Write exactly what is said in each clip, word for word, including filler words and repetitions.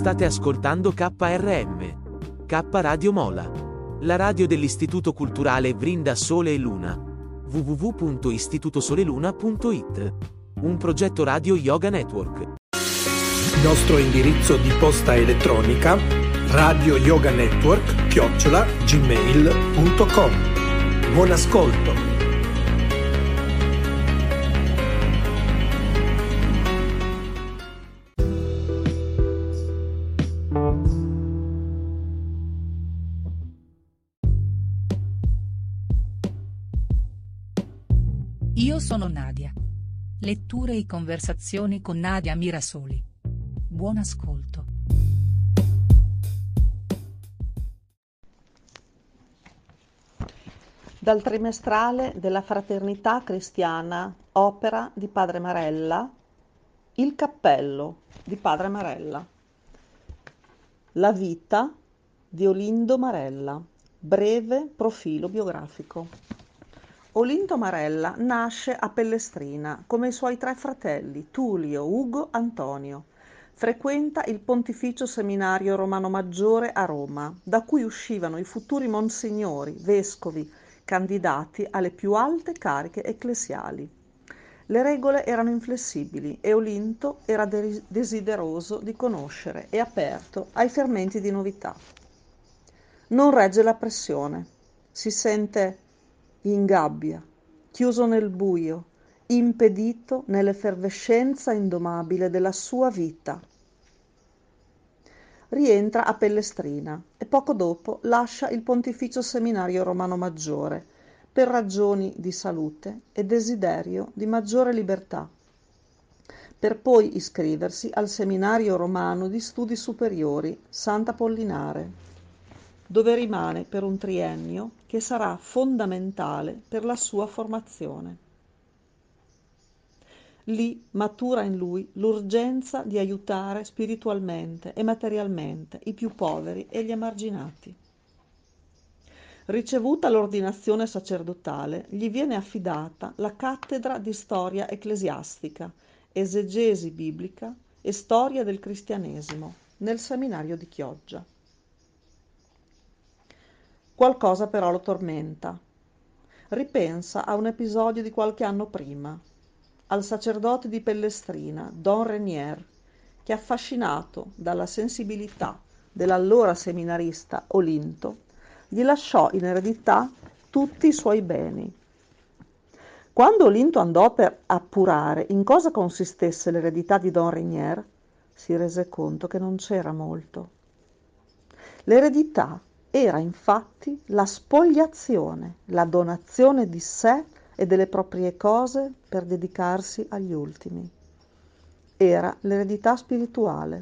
State ascoltando K R M. K Radio Mola. La radio dell'Istituto Culturale Vrinda Sole e Luna. w w w punto istitutosoleluna punto i t. Un progetto Radio Yoga Network. Nostro indirizzo di posta elettronica radio yoga network chiocciola gmail punto com. Buon ascolto. Io sono Nadia. Letture e conversazioni con Nadia Mirasoli. Buon ascolto. Dal trimestrale della Fraternità Cristiana, opera di Padre Marella, Il cappello di Padre Marella. La vita di Olindo Marella, breve profilo biografico. Olindo Marella nasce a Pellestrina come i suoi tre fratelli Tullio, Ugo, Antonio. Frequenta il Pontificio Seminario Romano Maggiore a Roma, da cui uscivano i futuri monsignori, vescovi, candidati alle più alte cariche ecclesiali. Le regole erano inflessibili e Olindo era de- desideroso di conoscere e aperto ai fermenti di novità. Non regge la pressione, si sente in gabbia, chiuso nel buio, impedito nell'effervescenza indomabile della sua vita. Rientra a Pellestrina e poco dopo lascia il Pontificio Seminario Romano Maggiore per ragioni di salute e desiderio di maggiore libertà, per poi iscriversi al Seminario Romano di Studi Superiori Sant'Apollinare, dove rimane per un triennio che sarà fondamentale per la sua formazione. Lì matura in lui l'urgenza di aiutare spiritualmente e materialmente i più poveri e gli emarginati. Ricevuta l'ordinazione sacerdotale, gli viene affidata la cattedra di storia ecclesiastica, esegesi biblica e storia del cristianesimo nel seminario di Chioggia. Qualcosa però lo tormenta. Ripensa a un episodio di qualche anno prima, al sacerdote di Pellestrina, Don Renier, che affascinato dalla sensibilità dell'allora seminarista Olindo, gli lasciò in eredità tutti i suoi beni. Quando Olindo andò per appurare in cosa consistesse l'eredità di Don Renier, si rese conto che non c'era molto. L'eredità era infatti la spoliazione, la donazione di sé e delle proprie cose per dedicarsi agli ultimi. Era l'eredità spirituale.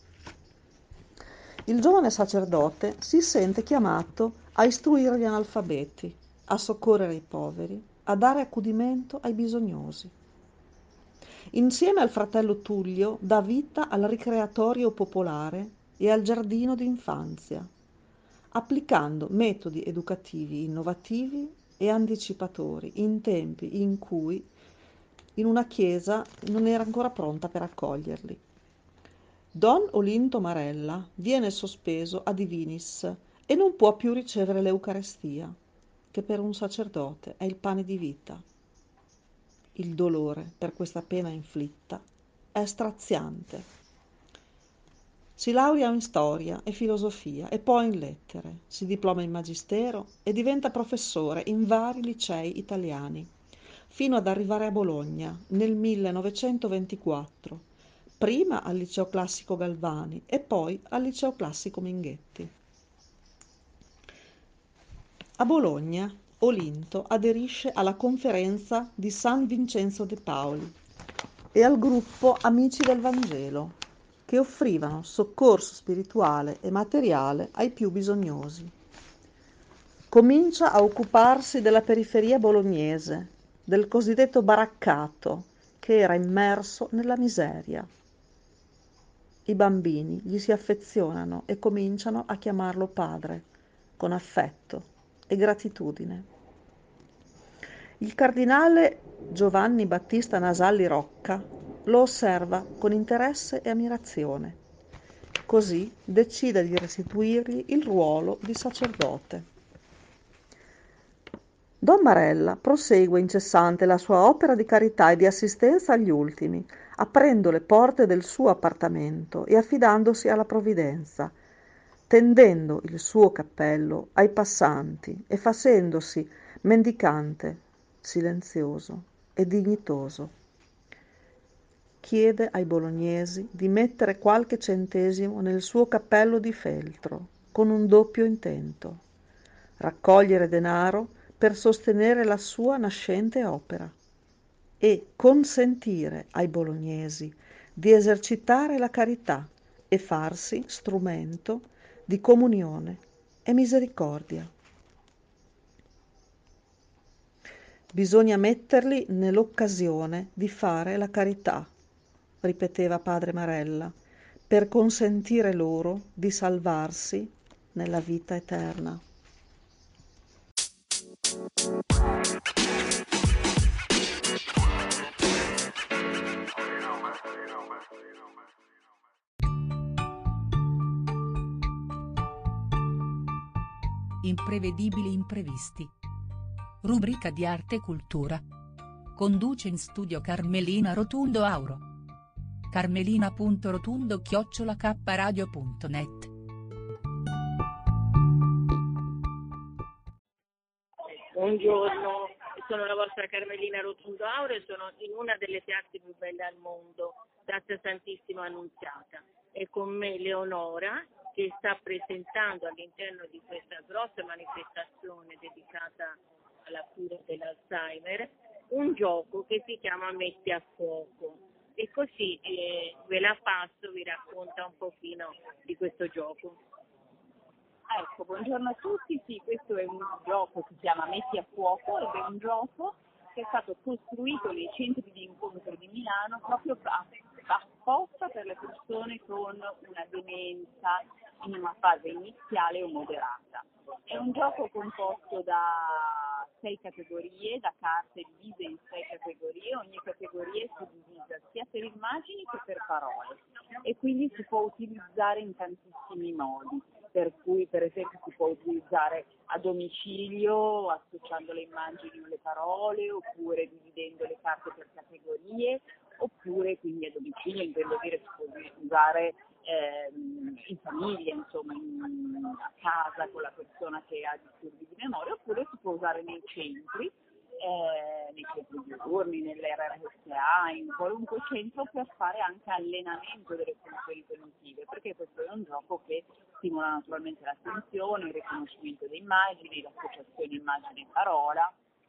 Il giovane sacerdote si sente chiamato a istruire gli analfabeti, a soccorrere i poveri, a dare accudimento ai bisognosi. Insieme al fratello Tullio dà vita al ricreatorio popolare e al giardino d'infanzia, applicando metodi educativi innovativi e anticipatori in tempi in cui in una chiesa non era ancora pronta per accoglierli. Don Olindo Marella viene sospeso a divinis e non può più ricevere l'Eucarestia, che per un sacerdote è il pane di vita. Il dolore per questa pena inflitta è straziante. Si laurea in storia e filosofia e poi in lettere, si diploma in magistero e diventa professore in vari licei italiani, fino ad arrivare a Bologna nel millenovecentoventiquattro, prima al Liceo Classico Galvani e poi al Liceo Classico Minghetti. A Bologna, Olindo aderisce alla conferenza di San Vincenzo de Pauli e al gruppo Amici del Vangelo, che offrivano soccorso spirituale e materiale ai più bisognosi. Comincia a occuparsi della periferia bolognese, del cosiddetto baraccato, che era immerso nella miseria. I bambini gli si affezionano e cominciano a chiamarlo padre, con affetto e gratitudine. Il cardinale Giovanni Battista Nasalli Rocca lo osserva con interesse e ammirazione Così decide di restituirgli il ruolo di sacerdote. Don Marella prosegue incessante la sua opera di carità e di assistenza agli ultimi, aprendo le porte del suo appartamento e affidandosi alla provvidenza, tendendo il suo cappello ai passanti e facendosi mendicante, silenzioso e dignitoso. Chiede ai bolognesi di mettere qualche centesimo nel suo cappello di feltro, con un doppio intento: raccogliere denaro per sostenere la sua nascente opera e consentire ai bolognesi di esercitare la carità e farsi strumento di comunione e misericordia. Bisogna metterli nell'occasione di fare la carità, ripeteva padre Marella, per consentire loro di salvarsi nella vita eterna. Imprevedibili imprevisti. Rubrica di arte e cultura. Conduce in studio Carmelina Rotundo Auro. carmelina punto rotundo chiocciola k radio punto net. Buongiorno, sono la vostra Carmelina Rotundo Auro e sono in una delle piazze più belle al mondo, Piazza Santissima Annunziata, e con me Leonora, che sta presentando all'interno di questa grossa manifestazione dedicata alla cura dell'Alzheimer un gioco che si chiama Metti a fuoco, e così eh, ve la passo, vi racconta un pochino di questo gioco. Ecco, buongiorno a tutti, sì, questo è un gioco che si chiama Metti a fuoco ed è un gioco che è stato costruito nei centri di incontro di Milano proprio apposta per le persone con una demenza in una fase iniziale o moderata. È un gioco composto da sei categorie, da carte divise in sei categorie, ogni categoria è suddivisa sia per immagini che per parole e quindi si può utilizzare in tantissimi modi, per cui per esempio si può utilizzare a domicilio associando le immagini o le parole, oppure dividendo le carte per categorie, oppure quindi a domicilio intendo dire si può usare eh, in famiglia, insomma in, a casa con la persona che ha disturbi di memoria, oppure si può usare nei centri, eh, nei centri diurni, nell'R S A, in qualunque centro, per fare anche allenamento delle funzioni cognitive, perché questo è un gioco che stimola naturalmente l'attenzione, il riconoscimento delle immagini, l'associazione immagine-parola.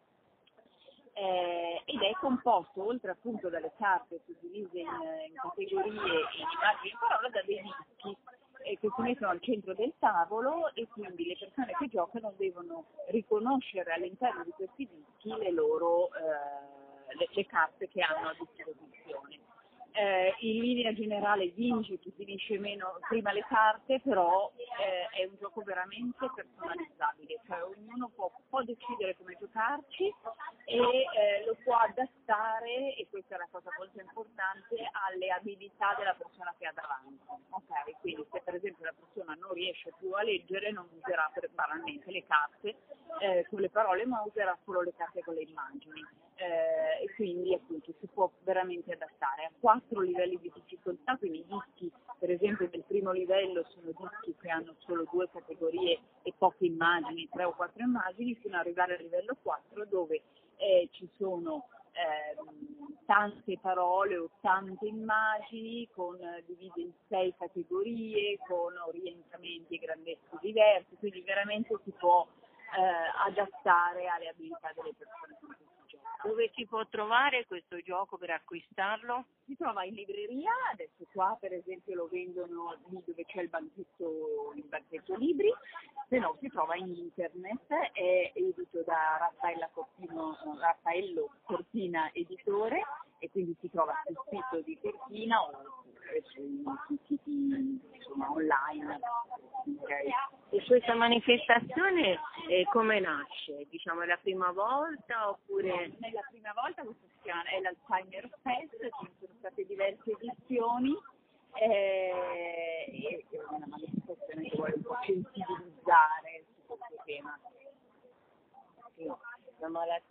Eh, ed è composto, oltre appunto dalle carte suddivise in, in categorie e in immagini e parola, da dei dischi eh, che si mettono al centro del tavolo, e quindi le persone che giocano devono riconoscere all'interno di questi dischi le loro eh, le, le carte che hanno a disposizione. Eh, in linea generale vince chi finisce meno prima le carte, però eh, è un gioco veramente personalizzabile, cioè ognuno può, può decidere come giocarci e eh, lo può adattare, e questa è la cosa molto importante, alle abilità della persona che ha davanti. Okay? Quindi se per esempio la persona non riesce più a leggere, non userà per, banalmente le carte eh, con le parole, ma userà solo le carte con le immagini. Eh, e quindi appunto si può veramente adattare a quattro livelli di difficoltà, quindi i dischi per esempio del primo livello sono dischi che hanno solo due categorie e poche immagini, tre o quattro immagini, fino ad arrivare al livello quattro dove eh, ci sono eh, tante parole o tante immagini con, eh, divise in sei categorie con orientamenti e grandezze diverse, quindi veramente si può eh, adattare alle abilità delle persone. Dove si può trovare questo gioco per acquistarlo? Si trova in libreria, adesso qua per esempio lo vendono lì dove c'è il banchetto, il banchetto libri, se no si trova in internet, è edito da Raffaella Cortino, Raffaello Cortina Editore, e quindi si trova sul sito di Cortina o sui siti insomma online. Okay. E questa manifestazione eh, come nasce? Diciamo è la prima volta oppure? È la prima volta, questa si chiama, è l'Alzheimer Fest, ci sono state diverse edizioni eh, e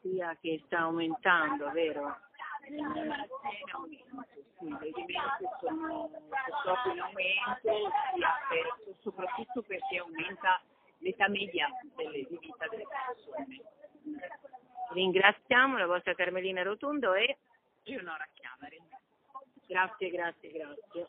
fotografia che sta aumentando, vero? Sì, sì, le riprese sono purtroppo in aumento, sia per, soprattutto perché aumenta l'età media delle, di vita delle persone. Ringraziamo la vostra Carmelina Rotundo e Leonora Chiavari. grazie, grazie, grazie.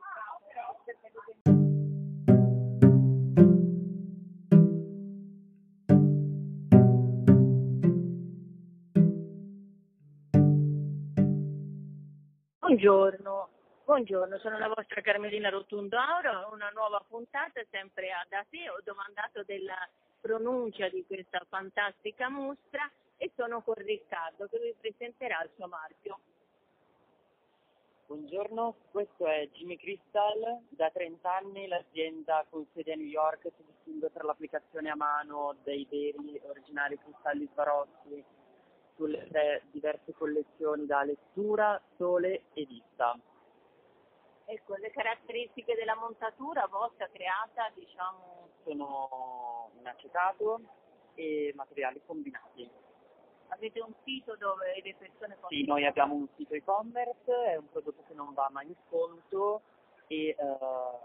Buongiorno, buongiorno, sono la vostra Carmelina Rotundo Auro, una nuova puntata sempre a Da Te. Ho domandato della pronuncia di questa fantastica mostra e sono con Riccardo che vi presenterà il suo marchio. Buongiorno, questo è Jimmy Crystal. Da trenta anni l'azienda con sede a New York si distingue per l'applicazione a mano dei veri originali cristalli Swarovski sulle tre diverse collezioni da lettura, sole e vista. Ecco, le caratteristiche della montatura vostra creata, diciamo... Sono in acetato e materiali combinati. Avete un sito dove le persone possono... Sì, noi abbiamo un sito e-commerce, è un prodotto che non va mai in sconto e... Uh...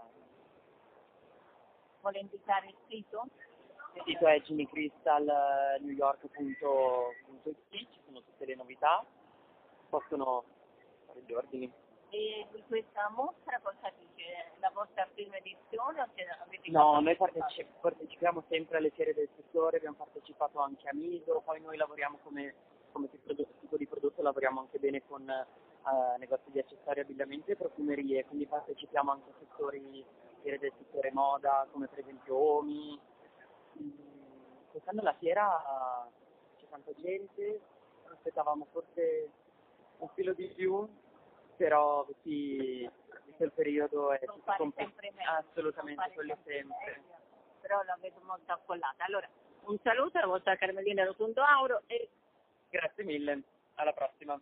Vuole indicare il sito? Il sito è jimmy crystal new york punto it, ci sono tutte le novità, possono fare gli ordini. E di questa mostra cosa dice? La vostra prima edizione o se avete... No, noi parteci- partecipiamo sempre alle fiere del settore, abbiamo partecipato anche a Miso, poi noi lavoriamo come, come tipo di prodotto, lavoriamo anche bene con uh, negozi di accessori, abbigliamento e profumerie, quindi partecipiamo anche a settori, fiere del settore moda, come per esempio Omi. Quest'anno la fiera c'è tanta gente, aspettavamo forse un filo di più, però sì, quel periodo è tutto complicato. Assolutamente, quello sempre. Però la vedo molto affollata. Allora, un saluto alla vostra Carmelina Rotundo Auro e grazie mille, alla prossima.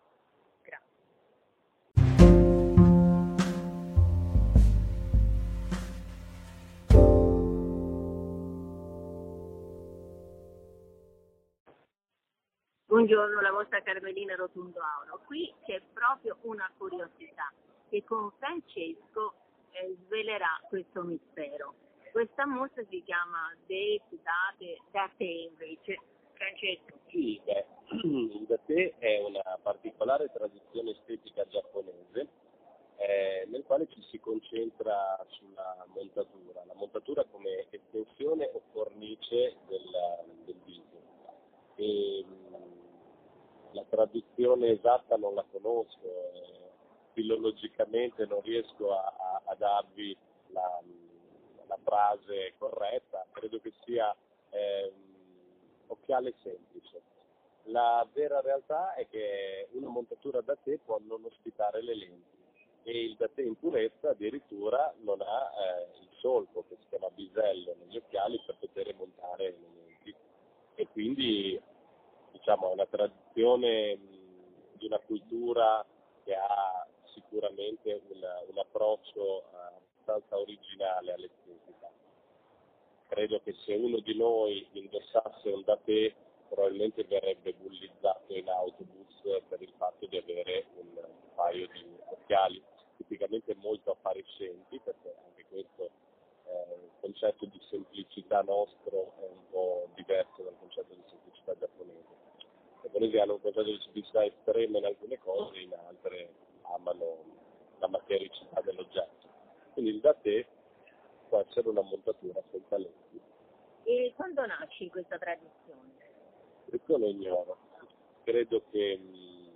Buongiorno, la vostra Carmelina Rotundo Auro. Qui c'è proprio una curiosità che con Francesco eh, svelerà questo mistero. Questa mostra si chiama Date, Date, Da Te invece. Francesco. Sì, beh, Da Te è una particolare tradizione estetica giapponese eh, nel quale ci si concentra sulla montatura, la montatura come estensione o cornice del, del viso. E, la traduzione esatta non la conosco, eh, filologicamente non riesco a, a, a darvi la, la frase corretta, credo che sia eh, occhiale semplice. La vera realtà è che una montatura da te può non ospitare le lenti e il da te in purezza addirittura non ha eh, il solco che si chiama bisello negli occhiali per poter montare le lenti e quindi diciamo è una tradizione mh, di una cultura che ha sicuramente un, un approccio uh, abbastanza originale all'estetica. Credo che se uno di noi indossasse un da te probabilmente verrebbe bullizzato in autobus per il fatto di avere un paio di occhiali tipicamente molto appariscenti, perché anche questo eh, il concetto di semplicità nostro è un po' diverso dal concetto di semplicità giapponese. I giapponesi hanno un concetto di semplicità estrema in alcune cose, in altre amano la matericità dell'oggetto. Quindi il da te può essere una montatura senza lenti. E quando nasce questa tradizione? Questo lo ignoro. Credo che mh,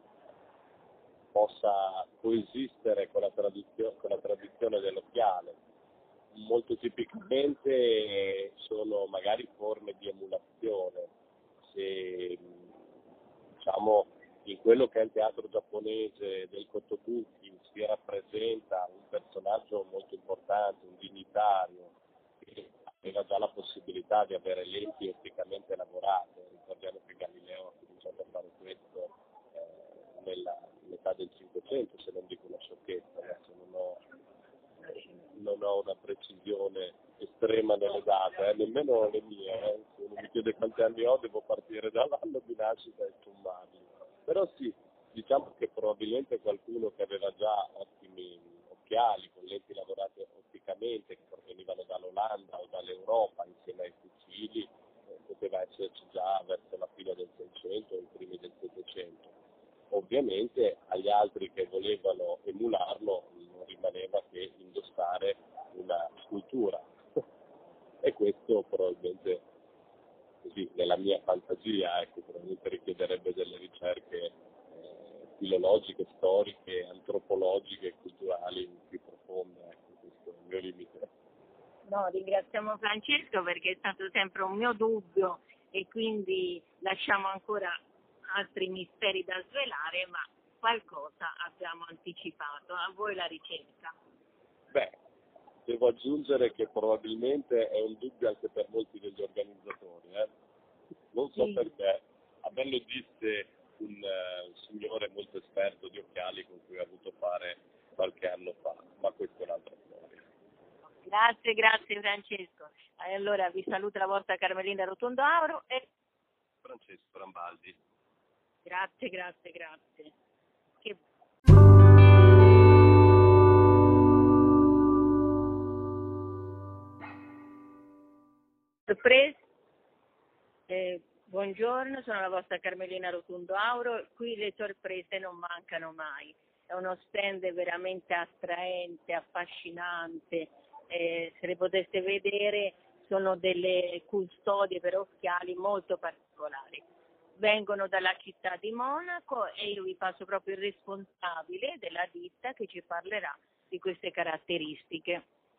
possa coesistere con la, tradizio- con la tradizione dell'occhiale. Molto tipicamente sono magari forme di emulazione. Se diciamo in quello che è il teatro giapponese del Kotobuki si rappresenta un personaggio molto importante, un dignitario, che aveva già la possibilità di avere lenti otticamente lavorate. Ricordiamo che Galileo ha cominciato a fare questo eh, nella metà del Cinquecento, se non dico una sciocchezza, adesso non ho non ho una precisione estrema nelle date, eh, nemmeno le mie, eh. Se uno mi chiede quanti anni ho devo partire dall'anno di nascita e sommarli. Però sì, diciamo che probabilmente qualcuno che aveva già ottimi occhiali con lenti lavorate otticamente, che provenivano dall'Olanda o dall'Europa insieme ai fucili, eh, poteva esserci già verso la fine del Seicento o i primi del Settecento. Ovviamente agli altri che volevano emularlo non rimaneva che indossare una scultura e questo probabilmente, così nella mia fantasia, ecco, probabilmente richiederebbe delle ricerche eh, filologiche, storiche, antropologiche e culturali più profonde, ecco, questo è il mio limite. No, ringraziamo Francesco perché è stato sempre un mio dubbio e quindi lasciamo ancora altri misteri da svelare, ma qualcosa abbiamo anticipato. A voi la ricerca. Beh, devo aggiungere che probabilmente è un dubbio anche per molti degli organizzatori. Eh? Non so sì. perché. A me lo disse un, uh, un signore molto esperto di occhiali con cui ho avuto fare qualche anno fa, ma questa è un'altra storia. Grazie, grazie Francesco. Allora vi saluta la vostra Carmelina Rotondo Auro e Francesco Rambaldi. Grazie, grazie, grazie. Che... Sorpresa. Eh, buongiorno, sono la vostra Carmelina Rotondo Auro. Qui le sorprese non mancano mai. È uno stand veramente attraente, affascinante. Eh, se le poteste vedere, sono delle custodie per occhiali molto particolari. Vengono dalla città di Monaco e io vi passo proprio il responsabile della ditta che ci parlerà di queste caratteristiche.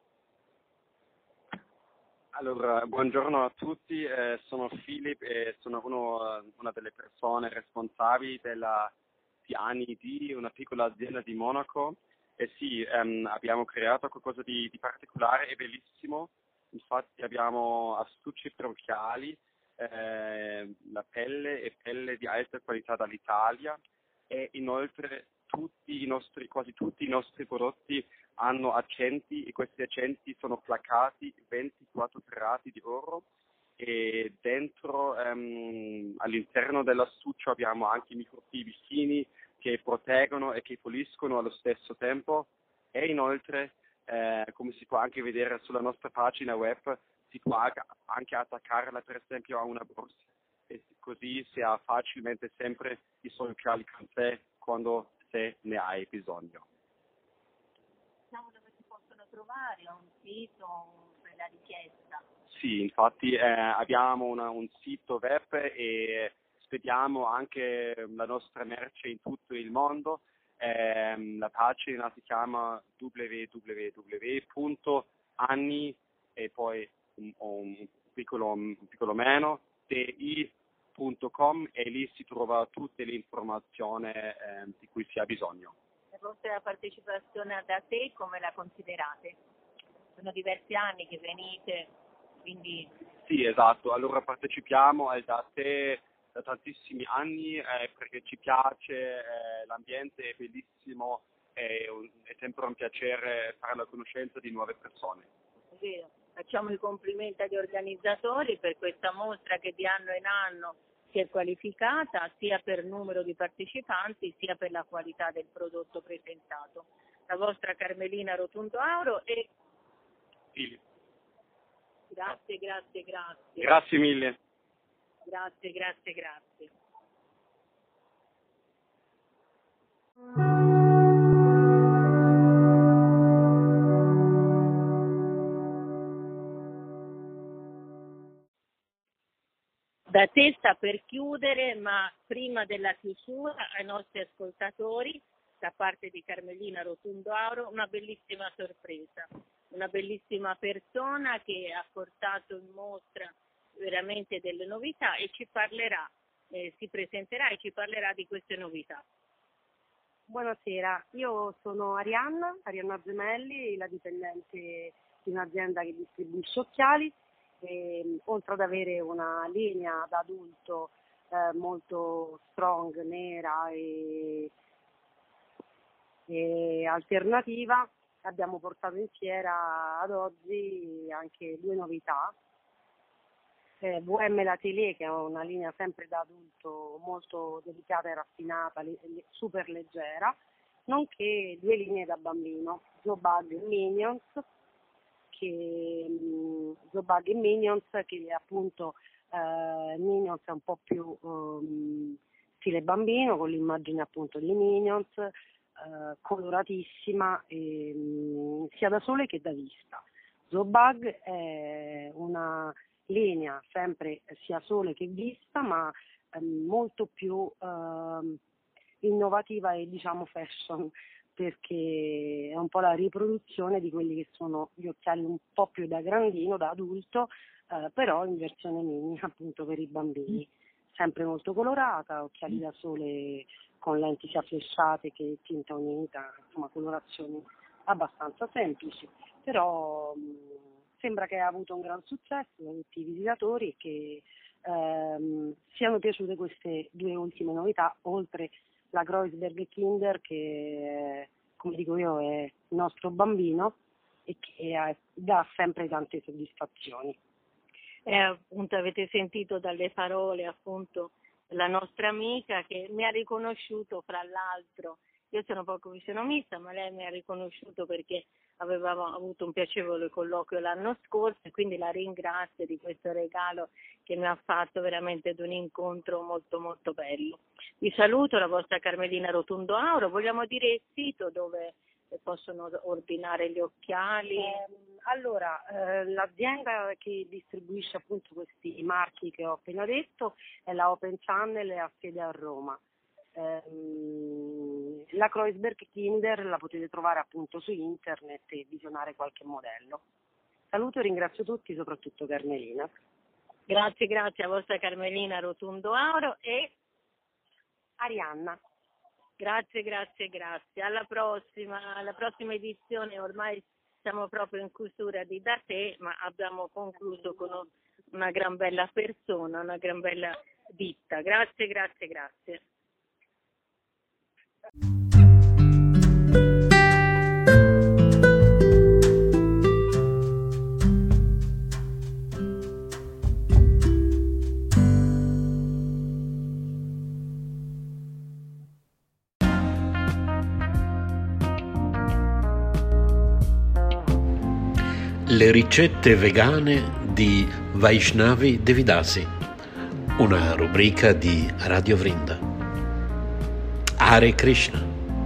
Allora, buongiorno a tutti, eh, sono Philip e sono uno, una delle persone responsabili della P I D, una piccola azienda di Monaco. E sì, ehm, abbiamo creato qualcosa di, di particolare e bellissimo. Infatti abbiamo astucci per occhiali, Eh, la pelle e pelle di alta qualità dall'Italia e inoltre tutti i nostri, quasi tutti i nostri prodotti hanno accenti e questi accenti sono placati ventiquattro carati di oro e dentro ehm, all'interno dell'astuccio abbiamo anche microfibi fini che proteggono e che puliscono allo stesso tempo e inoltre eh, come si può anche vedere sulla nostra pagina web si può anche attaccarla per esempio a una borsa e così si ha facilmente sempre i suoi occhiali con sé quando se ne hai bisogno. Diciamo dove si possono trovare, un sito per la richiesta? Sì, infatti eh, abbiamo una, un sito web e spediamo anche la nostra merce in tutto il mondo. Eh, la pagina si chiama w w w punto anni e poi un, un, piccolo, un piccolo meno ti punto com e lì si trova tutte le informazioni eh, di cui si ha bisogno. La vostra partecipazione da te come la considerate? Sono diversi anni che venite, quindi... Sì, esatto, allora partecipiamo al da te da tantissimi anni eh, perché ci piace, eh, l'ambiente è bellissimo, è, un, è sempre un piacere fare la conoscenza di nuove persone. È vero. Facciamo i complimenti agli organizzatori per questa mostra che di anno in anno si è qualificata sia per numero di partecipanti sia per la qualità del prodotto presentato. La vostra Carmelina Rotondo Auro e... Sì. Grazie, grazie, grazie. Grazie mille. Grazie, grazie, grazie. Da te sta per chiudere, ma prima della chiusura ai nostri ascoltatori, da parte di Carmelina Rotondo Auro, una bellissima sorpresa, una bellissima persona che ha portato in mostra veramente delle novità e ci parlerà, eh, si presenterà e ci parlerà di queste novità. Buonasera, io sono Arianna, Arianna Gemelli, la dipendente di un'azienda che distribuisce occhiali. E, oltre ad avere una linea da adulto eh, molto strong, nera e, e alternativa, abbiamo portato in fiera ad oggi anche due novità. Eh, V M L'Atelier, che è una linea sempre da adulto molto delicata e raffinata, le, le, super leggera, nonché due linee da bambino, Zobag e Minions, che mh, Zobag e Minions, che appunto eh, Minions è un po' più um, stile bambino, con l'immagine appunto di Minions, eh, coloratissima, e, mh, sia da sole che da vista. Zobag è una linea sempre sia sole che vista, ma ehm, molto più ehm, innovativa e diciamo fashion, perché è un po' la riproduzione di quelli che sono gli occhiali un po' più da grandino, da adulto, eh, però in versione mini appunto per i bambini, sempre molto colorata, occhiali da sole con lenti sia flesciate che tinta unita, insomma colorazioni abbastanza semplici, però mh, sembra che ha avuto un gran successo da tutti i visitatori e che ehm, siano piaciute queste due ultime novità, oltre la Kreuzberg Kinder, che come dico io è il nostro bambino e che ha, dà sempre tante soddisfazioni. Eh, appunto avete sentito dalle parole appunto la nostra amica che mi ha riconosciuto, fra l'altro, io sono poco fisionomista, ma lei mi ha riconosciuto perché avevamo avuto un piacevole colloquio l'anno scorso e quindi la ringrazio di questo regalo che mi ha fatto veramente ad un incontro molto molto bello. Vi saluto, la vostra Carmelina Rotundo Auro. Vogliamo dire il sito dove possono ordinare gli occhiali? Eh, allora, eh, l'azienda che distribuisce appunto questi marchi che ho appena detto è la Open Channel e ha sede a Roma. La Kreuzberg Kinder la potete trovare appunto su internet e visionare qualche modello. Saluto e ringrazio tutti, soprattutto Carmelina. Grazie, grazie a vostra Carmelina Rotundo Auro e Arianna. Grazie, grazie, grazie. Alla prossima, alla prossima edizione. Ormai siamo proprio in chiusura di Da Te, ma abbiamo concluso con una gran bella persona, una gran bella ditta. Grazie, grazie, grazie. Le ricette vegane di Vaishnavi Devidasi, una rubrica di Radio Vrinda. Hare Krishna.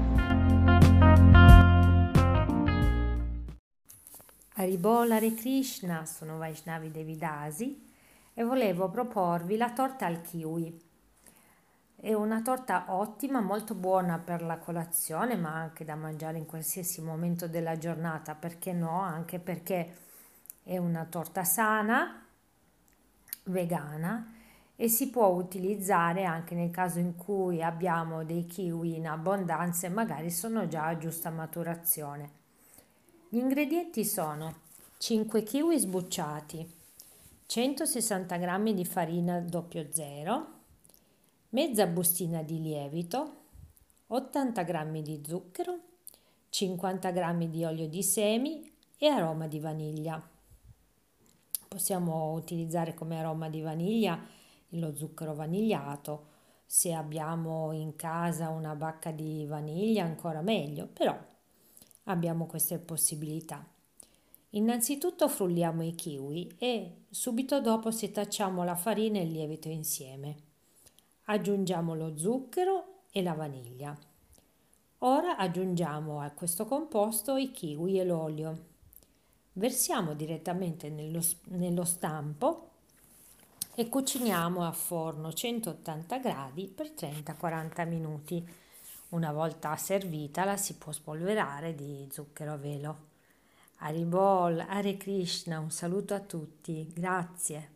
Haribol, Hare Krishna, sono Vaishnavi Devidasi e volevo proporvi la torta al kiwi. È una torta ottima, molto buona per la colazione, ma anche da mangiare in qualsiasi momento della giornata, perché no? Anche perché è una torta sana, vegana, e si può utilizzare anche nel caso in cui abbiamo dei kiwi in abbondanza e magari sono già a giusta maturazione. Gli ingredienti sono cinque kiwi sbucciati, centosessanta grammi di farina zero zero, mezza bustina di lievito, ottanta grammi di zucchero, cinquanta grammi di olio di semi e aroma di vaniglia. Possiamo utilizzare come aroma di vaniglia lo zucchero vanigliato. Se abbiamo in casa una bacca di vaniglia ancora meglio, però abbiamo queste possibilità. Innanzitutto frulliamo i kiwi e subito dopo setacciamo la farina e il lievito insieme. Aggiungiamo lo zucchero e la vaniglia. Ora aggiungiamo a questo composto i kiwi e l'olio. Versiamo direttamente nello, nello stampo e cuciniamo a forno centottanta gradi per trenta quaranta minuti. Una volta servita la si può spolverare di zucchero a velo. Haribol, Hare Krishna, un saluto a tutti, grazie.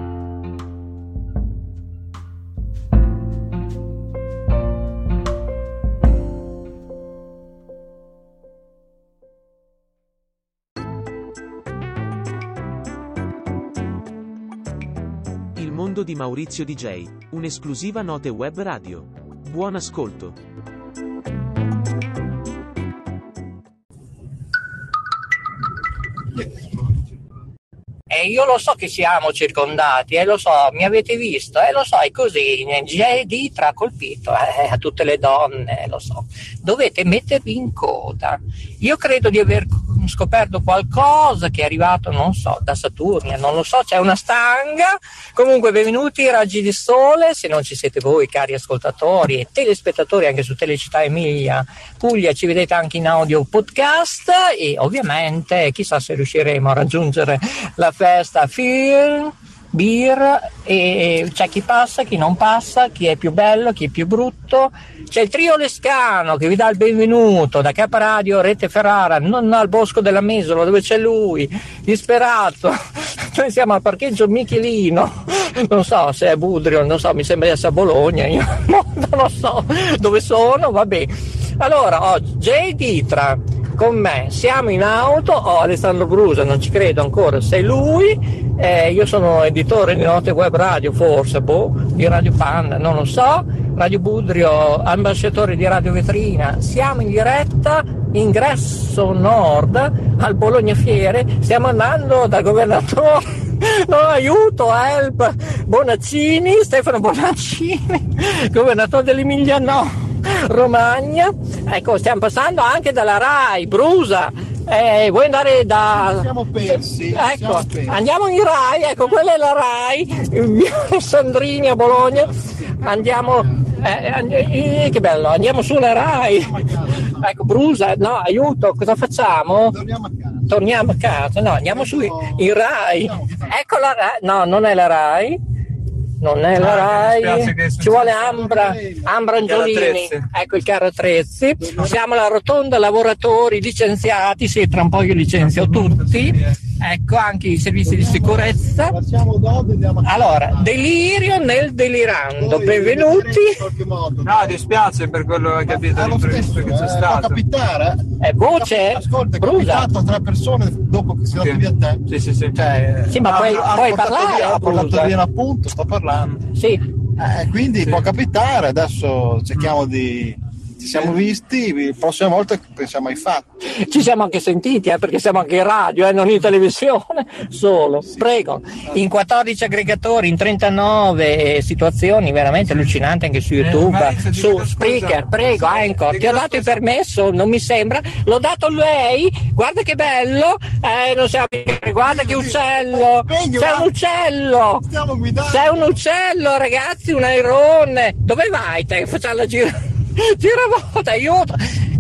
Il mondo di Maurizio D J, un'esclusiva Note Web Radio. Buon ascolto. E io lo so che siamo circondati, e eh, lo so, mi avete visto, e eh, lo so, è così, J D tra colpito, eh, a tutte le donne, lo so. Dovete mettervi in coda. Io credo di aver scoperto qualcosa che è arrivato, non so, da Saturnia, non lo so, c'è una stanga. Comunque benvenuti ai Raggi di Sole, se non ci siete voi cari ascoltatori e telespettatori anche su Telecittà Emilia Puglia, ci vedete anche in audio podcast e ovviamente chissà se riusciremo a raggiungere la festa film, beer, e c'è chi passa, chi non passa, chi è più bello, chi è più brutto. C'è il trio Lescano che vi dà il benvenuto da K Radio Rete Ferrara, non al Bosco della Mesola dove c'è lui, disperato. Noi siamo al parcheggio Michelino, non so se è Budrio, non so, mi sembra di essere a Bologna, io no, non lo so dove sono, vabbè. Allora, oggi J D tra con me, siamo in auto, oh, Alessandro Brusa, non ci credo ancora, sei lui, eh, io sono editore di Note Web Radio, forse, boh, di Radio Panda, non lo so, Radio Budrio, ambasciatore di Radio Vetrina, siamo in diretta, ingresso nord, al Bologna Fiere, stiamo andando dal governatore, no, aiuto, help, Bonaccini, Stefano Bonaccini, governatore dell'Emilia no. Romagna, ecco, stiamo passando anche dalla Rai, Brusa, eh, vuoi andare da... Siamo persi, ecco, siamo persi. Andiamo in Rai, ecco, quella è la Rai, Sandrini a Bologna, andiamo, eh, eh, che bello, andiamo sulla Rai, ecco, Brusa, no, aiuto, cosa facciamo? Torniamo a casa. Torniamo a casa, no, andiamo su in Rai, ecco la Rai, no, non è la Rai. Non è la Rai, ci vuole Ambra, Ambra Angiolini, ecco il carro attrezzi, siamo alla rotonda lavoratori licenziati, sì, tra un po' io licenzio tutti, ecco anche i servizi di sicurezza. Allora, delirio nel delirando, benvenuti. No, dispiace per quello che capito l'imprevisto che c'è stato. Può capitare? È voce, ascolta, è Brusa. capitato a tre persone dopo che si sono via a te. Sì, sì, sì. Cioè, sì, ma puoi, ha, puoi ha parlare, via, ha portato Brusa. via appunto, sto parlando. Sì. Eh, quindi sì. Può capitare, adesso cerchiamo mm. di... Ci siamo visti, la prossima volta pensiamo ai fatti. Ci siamo anche sentiti, eh, perché siamo anche in radio, eh, non in televisione, solo, sì. Prego. In quattordici aggregatori, in trentanove situazioni veramente allucinanti anche su YouTube, eh, su Spreaker, prego, Anchor, ti ho dato il permesso, non mi sembra, l'ho dato a lei, guarda che bello, eh, non siamo, guarda che uccello, c'è un uccello, c'è un uccello ragazzi, un airone, dove vai te? Facciamo la gira. Giravolta, aiuto!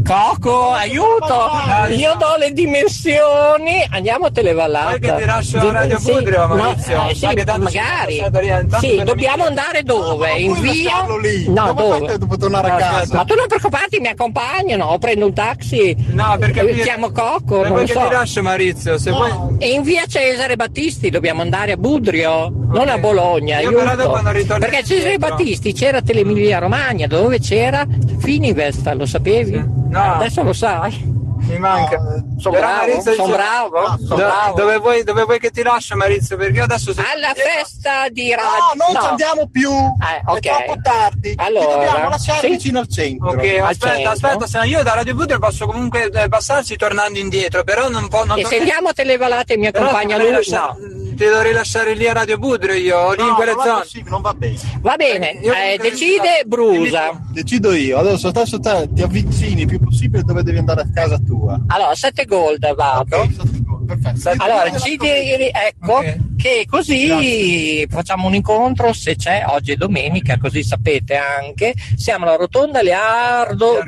Coco, aiuto! Io do le dimensioni, andiamo a Televallata. Poi che ti lascio a Radio sì, Budrio, Maurizio. No, eh, sì, magari. Sì, dobbiamo andare dove? In via? No, dove? Devo tornare a casa. Ma tu non preoccuparti, mi accompagnano, o prendo un taxi. No, perché chiamo Coco, non lo so. Ti lascio, Maurizio, se vuoi. E in via Cesare Battisti dobbiamo andare a Budrio, okay. Non a Bologna. Io però quando ritorno perché Cesare indietro. Battisti c'era Telemilia Romagna, dove c'era Fininvest, lo sapevi? Sì. No. Adesso lo sai. Mi manca. No, sono bravo, sono bravo, no, son do, bravo. Dove vuoi, dove vuoi che ti lascio, Maurizio? Perché io adesso sono... alla festa di radio. No, non no. ci andiamo più. Eh, ok. È troppo tardi. Allora, ti dobbiamo lasciare sì? vicino al centro. Ok, al aspetta, centro. aspetta, se no io da Radio Budrio posso comunque passarci tornando indietro, però non può... Non e se andiamo a Televallate mi però accompagna lui? Lasciare, no. Ti dovrei lasciare lì a Radio Budrio io, lì no, in quelle non zone. Possibile, non va bene. Va bene, eh, eh, decide Brusa. Decido io, adesso, adesso te ti avvicini il più possibile dove devi andare a casa tua. Allora, sette Gold vado. Okay, sette gold, perfetto. Allora, ci diri, ecco, okay. Che così Grazie. Facciamo un incontro, se c'è, oggi è domenica, così sapete anche. Siamo alla Rotonda Leardo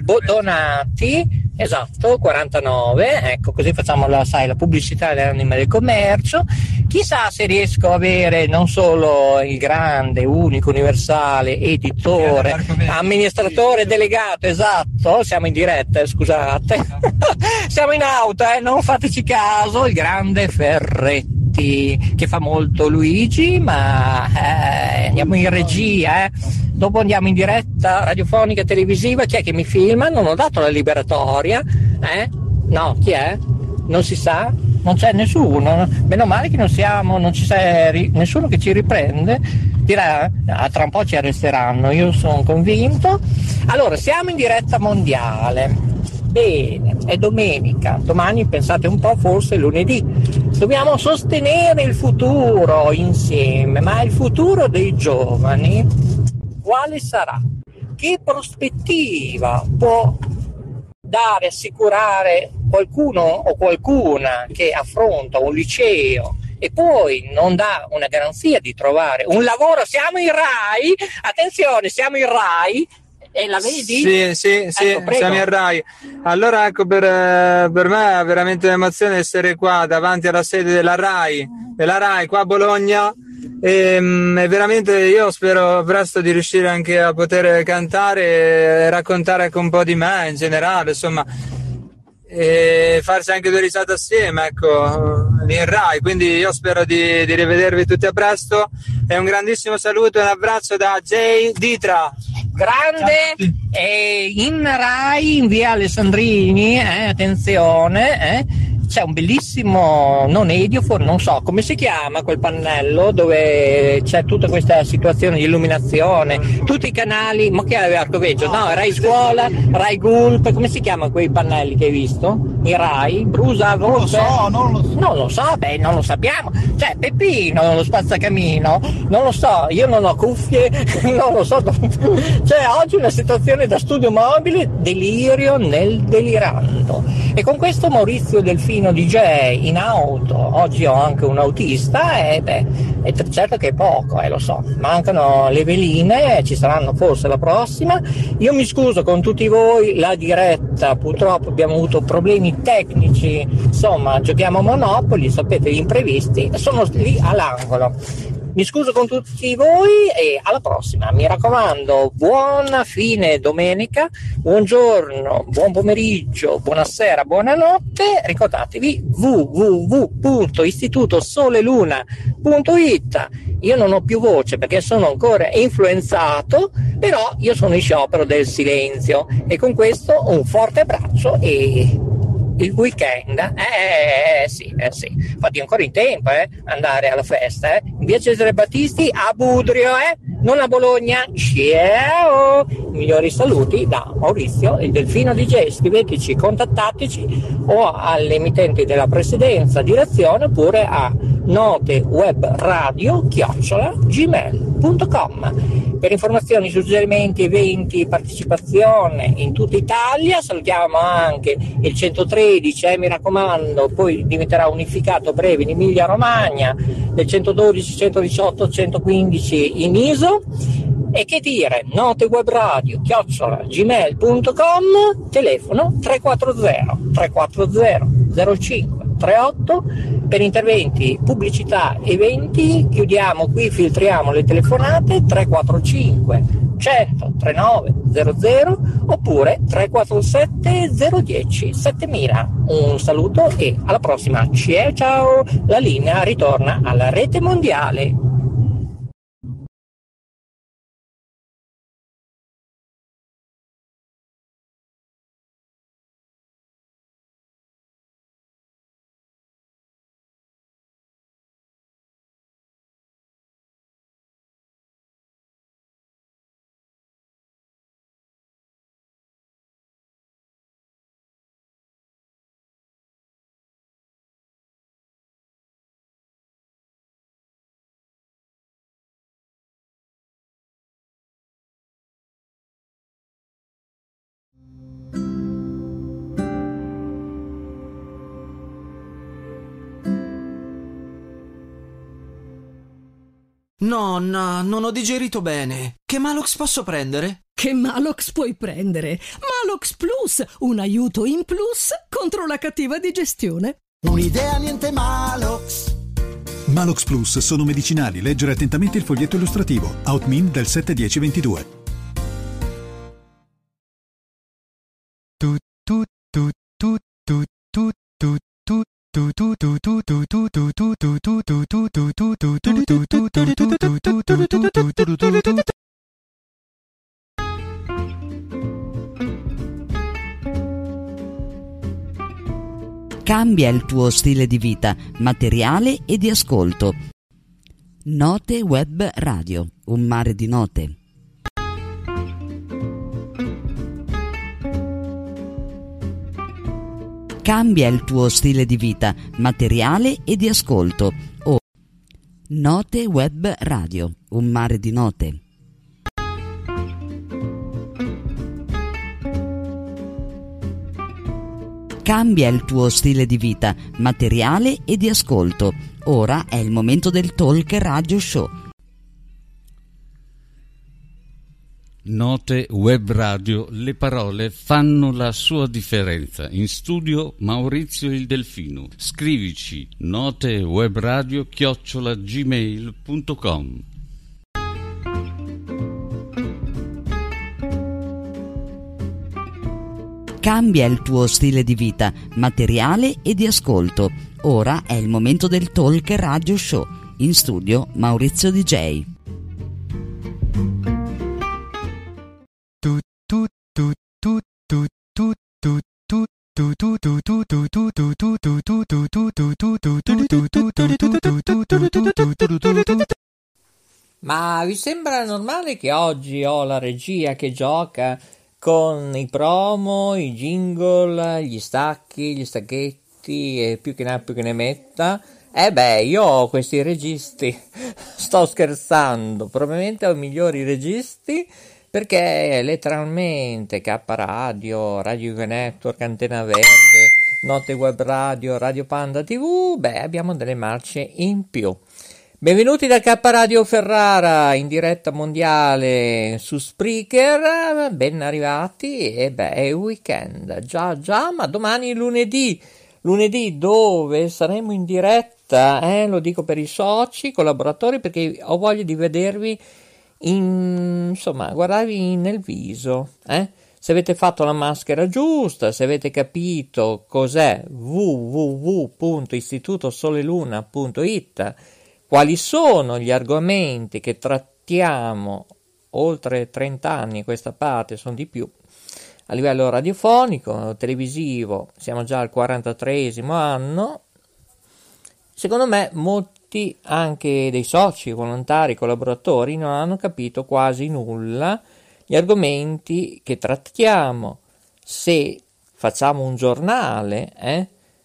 Donati. Esatto, quarantanove, ecco, così facciamo la, sai, la pubblicità dell'anima del commercio. Chissà se riesco a avere non solo il grande, unico, universale, editore, amministratore delegato, esatto, siamo in diretta, eh, scusate, siamo in auto, eh, non fateci caso, il grande Ferretti, che fa molto Luigi, ma eh, andiamo in regia, eh. Dopo andiamo in diretta radiofonica televisiva. Chi è che mi filma? Non ho dato la liberatoria, eh? No, chi è? Non si sa? Non c'è nessuno, meno male che non siamo, non ci c'è ri- nessuno che ci riprende, dirà, ah, tra un po' ci arresteranno, io sono convinto. Allora, siamo in diretta mondiale, Bene, è domenica, domani pensate un po', forse lunedì. Dobbiamo sostenere il futuro insieme, ma il futuro dei giovani quale sarà? Che prospettiva può dare, assicurare qualcuno o qualcuna che affronta un liceo e poi non dà una garanzia di trovare un lavoro? Siamo in Rai, attenzione, siamo in Rai. E la vedi? Sì, sì, sì, ecco, siamo in Rai. Allora ecco, per, per me è veramente un'emozione essere qua davanti alla sede della Rai, della Rai qua a Bologna. E, e veramente io spero presto di riuscire anche a poter cantare e raccontare anche un po' di me in generale, insomma, e farsi anche due risate assieme, ecco, lì in Rai. Quindi io spero di, di rivedervi tutti a presto e un grandissimo saluto e un abbraccio da Jay Ditra. Grande, e in Rai, in via Alessandrini, eh, attenzione, eh, c'è un bellissimo, non Ediofor, non so come si chiama quel pannello dove c'è tutta questa situazione di illuminazione, tutti i canali, ma che aveva Arcoveggio? No, Rai Scuola, Rai Gulp, come si chiama quei pannelli che hai visto? I Rai? Brusa, non lo so, non lo so. Non lo so, beh, non lo sappiamo. Cioè, Peppino, lo spazzacamino, non lo so, io non ho cuffie, non lo so. Cioè, oggi una situazione da studio mobile, delirio nel delirando. E con questo Maurizio Delfino D J in auto, oggi ho anche un autista, e beh, è certo che è poco, eh, lo so. Mancano le veline, ci saranno forse la prossima. Io mi scuso con tutti voi, la diretta, purtroppo abbiamo avuto problemi tecnici, insomma, giochiamo a Monopoli, sapete, gli imprevisti sono lì all'angolo. Mi scuso con tutti voi e alla prossima, mi raccomando, buona fine domenica, buongiorno, buon pomeriggio, buonasera, buonanotte, ricordatevi w w w punto istituto sole luna punto i t. Io non ho più voce perché sono ancora influenzato, però io sono in sciopero del silenzio e con questo un forte abbraccio e il weekend, eh, eh sì, eh sì, fate ancora in tempo, eh, andare alla festa, eh, in via Cesare Battisti a Budrio, eh, non a Bologna. Ciao, migliori saluti da Maurizio e Delfino D J. Scriveteci, contattateci o alle emittenti della presidenza, direzione, oppure a notewebradio chiocciola gmail punto com. Per informazioni, suggerimenti, eventi, partecipazione in tutta Italia, salutiamo anche il centotredici, eh, mi raccomando, poi diventerà unificato a breve in Emilia Romagna, del centododici, centodiciotto, centoquindici in I S O. E che dire, notewebradio chiocciola gmail punto com, telefono tre quattro zero tre quattro zero zero cinque tre otto per interventi, pubblicità, eventi. Chiudiamo qui, filtriamo le telefonate tre quattro cinque cento trentanove zero zero oppure tre quattro sette zero uno zero settemila. Un saluto e alla prossima. Ciao ciao, la linea ritorna alla rete mondiale. Nonna, non ho digerito bene. Che Malox posso prendere? Che Malox puoi prendere? Malox Plus, un aiuto in plus contro la cattiva digestione. Un'idea niente Malox. Malox Plus sono medicinali. Leggere attentamente il foglietto illustrativo. Outmin del sette dieci ventidue. Tu tu tu tu tu tu tu tu. Cambia il tuo stile di vita, materiale e di ascolto. Note Web Radio, un mare di note. Cambia il tuo stile di vita, materiale e di ascolto. O Note Web Radio, un mare di note. Cambia il tuo stile di vita, materiale e di ascolto. Ora è il momento del Talk Radio Show. Note Web Radio, le parole fanno la sua differenza. In studio Maurizio il Delfino. Scrivici notewebradio chiocciola gmail punto com. Cambia il tuo stile di vita, materiale e di ascolto. Ora è il momento del Talk Radio Show. In studio Maurizio D J. Ma vi sembra normale che oggi ho la regia che gioca con i promo, i jingle, gli stacchi, gli stacchetti e più che ne ha più che ne metta? Eh beh, io ho questi registi, sto scherzando, probabilmente ho i migliori registi perché letteralmente K Radio, Radio Network, Antena Verde, Note Web Radio, Radio Panda tivù, beh abbiamo delle marce in più. Benvenuti da K Radio Ferrara in diretta mondiale su Spreaker, ben arrivati e beh è weekend, già già, ma domani è lunedì, lunedì dove saremo in diretta, eh, lo dico per i soci, collaboratori perché ho voglia di vedervi, in, insomma guardarvi nel viso, eh? Se avete fatto la maschera giusta, se avete capito cos'è w w w punto istituto sole luna punto i t, quali sono gli argomenti che trattiamo oltre trenta anni a questa parte, sono di più, a livello radiofonico, televisivo, siamo già al quarantatreesimo anno. Secondo me molti anche dei soci, volontari, collaboratori non hanno capito quasi nulla gli argomenti che trattiamo. Se facciamo un giornale, eh,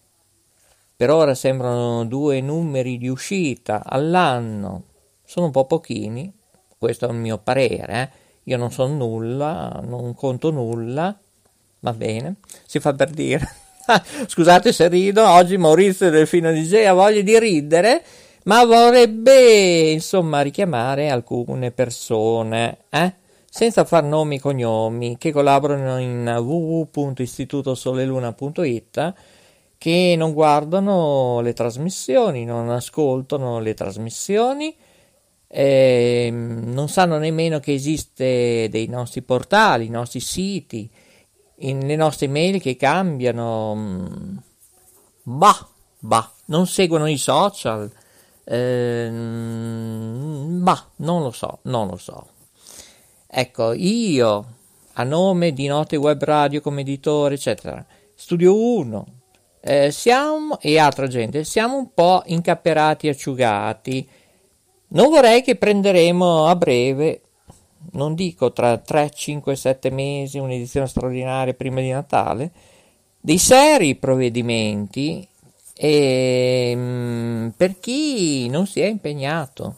per ora sembrano due numeri di uscita all'anno, sono un po' pochini, questo è il mio parere, eh. Io non so nulla, non conto nulla, va bene, si fa per dire. Scusate se rido, oggi Maurizio Delfino D J ha voglia di ridere, ma vorrebbe insomma richiamare alcune persone, eh? Senza far nomi e cognomi, che collaborano in w w w punto istituto sole luna punto i t, che non guardano le trasmissioni, non ascoltano le trasmissioni, eh, non sanno nemmeno che esiste dei nostri portali, i nostri siti, in, le nostre mail che cambiano, bah, bah, non seguono i social, eh, bah, non lo so, non lo so. Ecco, io, a nome di Note Web Radio come editore, eccetera, Studio uno, eh, siamo, e altra gente, siamo un po' incapperati e asciugati. Non vorrei che prenderemo a breve, non dico tra tre, cinque, sette mesi, un'edizione straordinaria prima di Natale, dei seri provvedimenti e, mh, per chi non si è impegnato.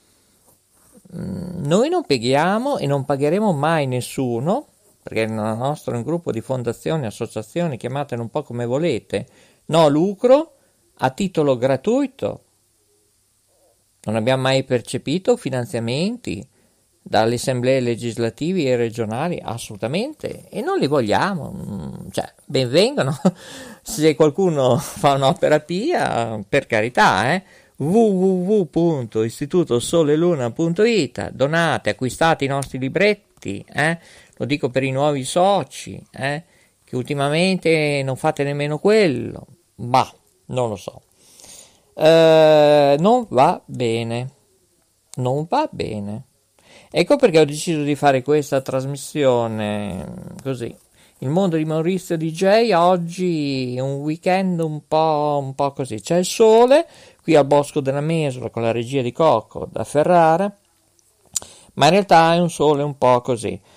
Mh, noi non paghiamo e non pagheremo mai nessuno, perché il nostro è un gruppo di fondazioni, associazioni, chiamatele un po' come volete, no lucro, a titolo gratuito. Non abbiamo mai percepito finanziamenti dalle assemblee legislative e regionali, assolutamente, e non li vogliamo, cioè benvengano. Se qualcuno fa un'opera pia, per carità, eh? w w w punto istituto sole luna punto i t, donate, acquistate i nostri libretti, eh? Lo dico per i nuovi soci, eh? Che ultimamente non fate nemmeno quello, bah, non lo so. Uh, non va bene, non va bene. Ecco perché ho deciso di fare questa trasmissione così. Il mondo di Maurizio D J oggi è un weekend un po', un po' così. C'è il sole qui al Bosco della Mesola con la regia di Cocco da Ferrara, ma in realtà è un sole un po' così.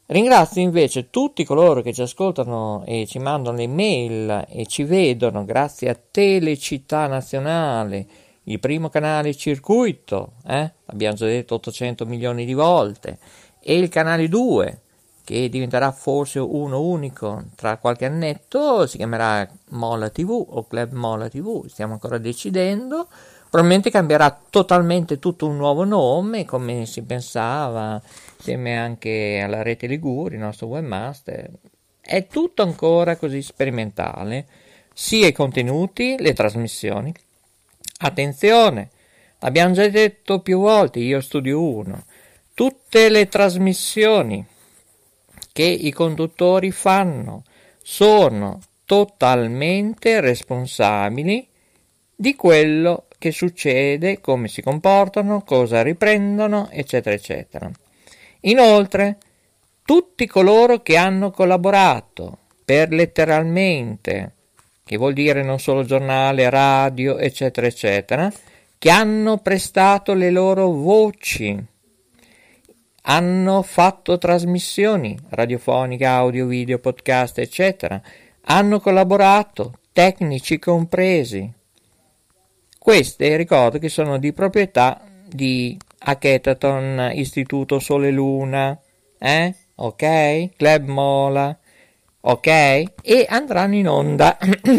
Ringrazio invece tutti coloro che ci ascoltano e ci mandano le mail e ci vedono grazie a Telecittà Nazionale, il primo canale circuito, eh? Abbiamo già detto ottocento milioni di volte, e il canale due, che diventerà forse uno unico tra qualche annetto, si chiamerà Mola tivù o Club Mola tivù, stiamo ancora decidendo. Probabilmente cambierà totalmente tutto un nuovo nome, come si pensava, insieme anche alla Rete Liguri, il nostro webmaster. È tutto ancora così sperimentale, sia i contenuti, le trasmissioni. Attenzione, abbiamo già detto più volte, io studio uno, tutte le trasmissioni che i conduttori fanno sono totalmente responsabili di quello che succede, come si comportano, cosa riprendono, eccetera, eccetera. Inoltre, tutti coloro che hanno collaborato per letteralmente, che vuol dire non solo giornale, radio, eccetera, eccetera, che hanno prestato le loro voci, hanno fatto trasmissioni radiofoniche, audio, video, podcast, eccetera, hanno collaborato, tecnici compresi. Queste ricordo che sono di proprietà di Hackathon, Istituto Sole e Luna, eh? Ok? Club Mola, ok? E andranno in onda.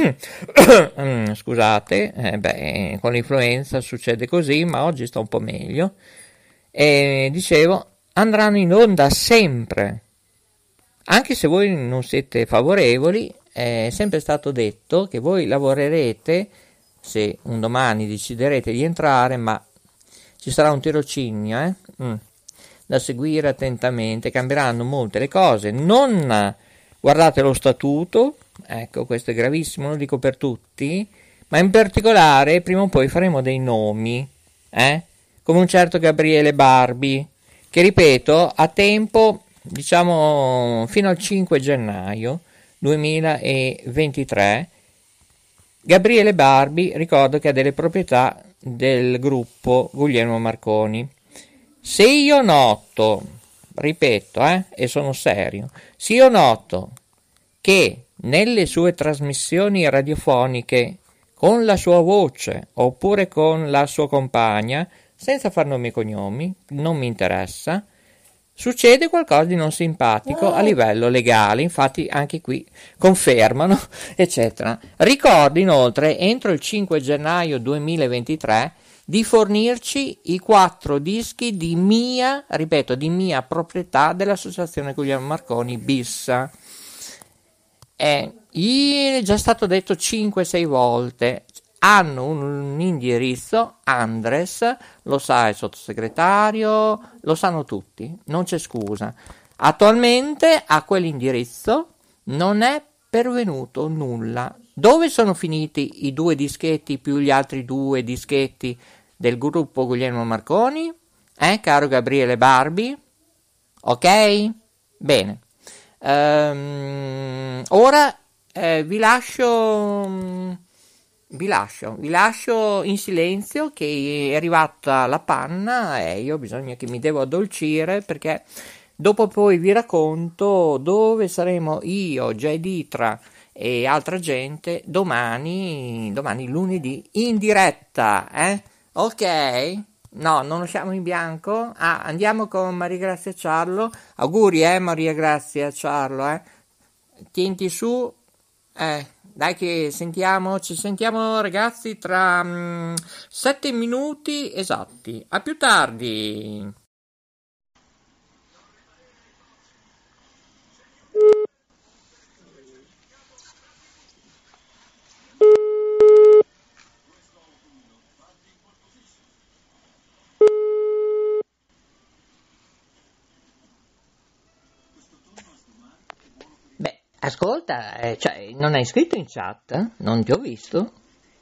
Scusate, eh, beh, con l'influenza succede così, ma oggi sto un po' meglio. E dicevo, andranno in onda sempre. Anche se voi non siete favorevoli, è sempre stato detto che voi lavorerete, se un domani deciderete di entrare, ma ci sarà un tirocinio eh? mm. da seguire attentamente, cambieranno molte le cose, non guardate lo statuto, ecco, questo è gravissimo, lo dico per tutti, ma in particolare prima o poi faremo dei nomi, eh? come un certo Gabriele Barbi, che ripeto, a tempo, diciamo fino al cinque gennaio duemilaventitré, Gabriele Barbi, ricordo che ha delle proprietà del gruppo Guglielmo Marconi. Se io noto, ripeto, eh, e sono serio, se io noto che nelle sue trasmissioni radiofoniche, con la sua voce, oppure con la sua compagna, senza far nomi e cognomi, non mi interessa, succede qualcosa di non simpatico a livello legale, infatti anche qui confermano, eccetera. Ricordo inoltre, entro il cinque gennaio duemilaventitré, di fornirci i quattro dischi di mia, ripeto, di mia proprietà dell'associazione Guglielmo Marconi bis. È già stato detto cinque sei volte, hanno un indirizzo, Andres, lo sa il sottosegretario, lo sanno tutti, non c'è scusa. Attualmente a quell'indirizzo non è pervenuto nulla. Dove sono finiti i due dischetti più gli altri due dischetti del gruppo Guglielmo Marconi? Eh, caro Gabriele Barbi? Ok? Bene. Ehm, ora eh, vi lascio... Vi lascio, vi lascio in silenzio che è arrivata la panna e io bisogna che mi devo addolcire, perché dopo poi vi racconto dove saremo io, Jay Ditra e altra gente domani, domani lunedì in diretta, eh? Ok? No, non lasciamo in bianco. Ah, andiamo con Maria Grazia Ciarlo. Auguri, eh, Maria Grazia Ciarlo, eh? Tienti su, eh. Dai che sentiamo, ci sentiamo ragazzi tra um, sette minuti esatti. A più tardi. Ascolta, eh, cioè, non hai scritto in chat? Non ti ho visto?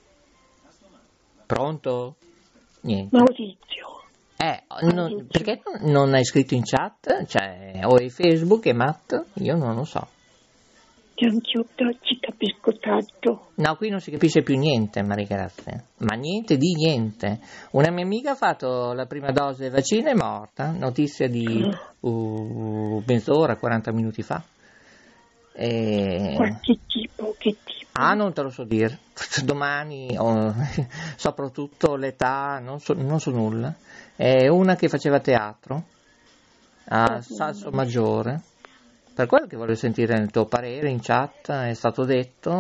Pronto? Niente. Maurizio. Eh, non, perché non, non hai scritto in chat? Cioè, o è Facebook e Matt? Io non lo so. infatti anch'io ci capisco tanto. No, qui non si capisce più niente, Maria Grazia, ma niente di niente. Una mia amica ha fatto la prima dose del vaccino e è morta, notizia di uh, mezz'ora, quaranta minuti fa. E... Qualche tipo, che tipo? Ah, non te lo so dire, domani, oh, soprattutto l'età, non so, non so nulla. È una che faceva teatro a Salso Maggiore. Per quello che voglio sentire il tuo parere in chat, è stato detto,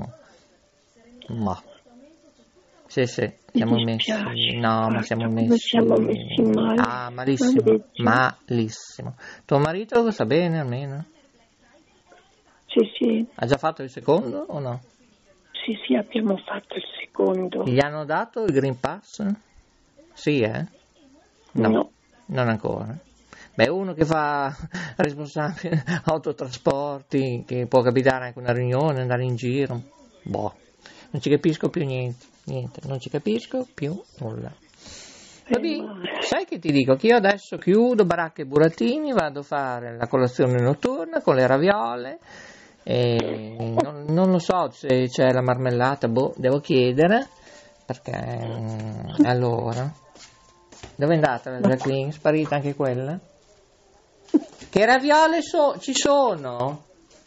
ma sì, sì, siamo messi, no, ma siamo messi, siamo messi male. Ah, malissimo, malissimo. Tuo marito sta bene almeno? Sì, sì. Ha già fatto il secondo o no? Sì, sì, abbiamo fatto il secondo. Gli hanno dato il Green Pass? Sì, eh? No, no. Non ancora. Beh, uno che fa responsabile autotrasporti, che può capitare anche una riunione, andare in giro, boh, non ci capisco più niente, niente, non ci capisco più nulla. Vabbè, sai che ti dico? Che io adesso chiudo baracche e burattini, vado a fare la colazione notturna con le raviole, e non, non lo so se c'è la marmellata, boh, devo chiedere, perché allora, dove è andata la Jacqueline? Sparita anche quella? Che raviole so- ci sono?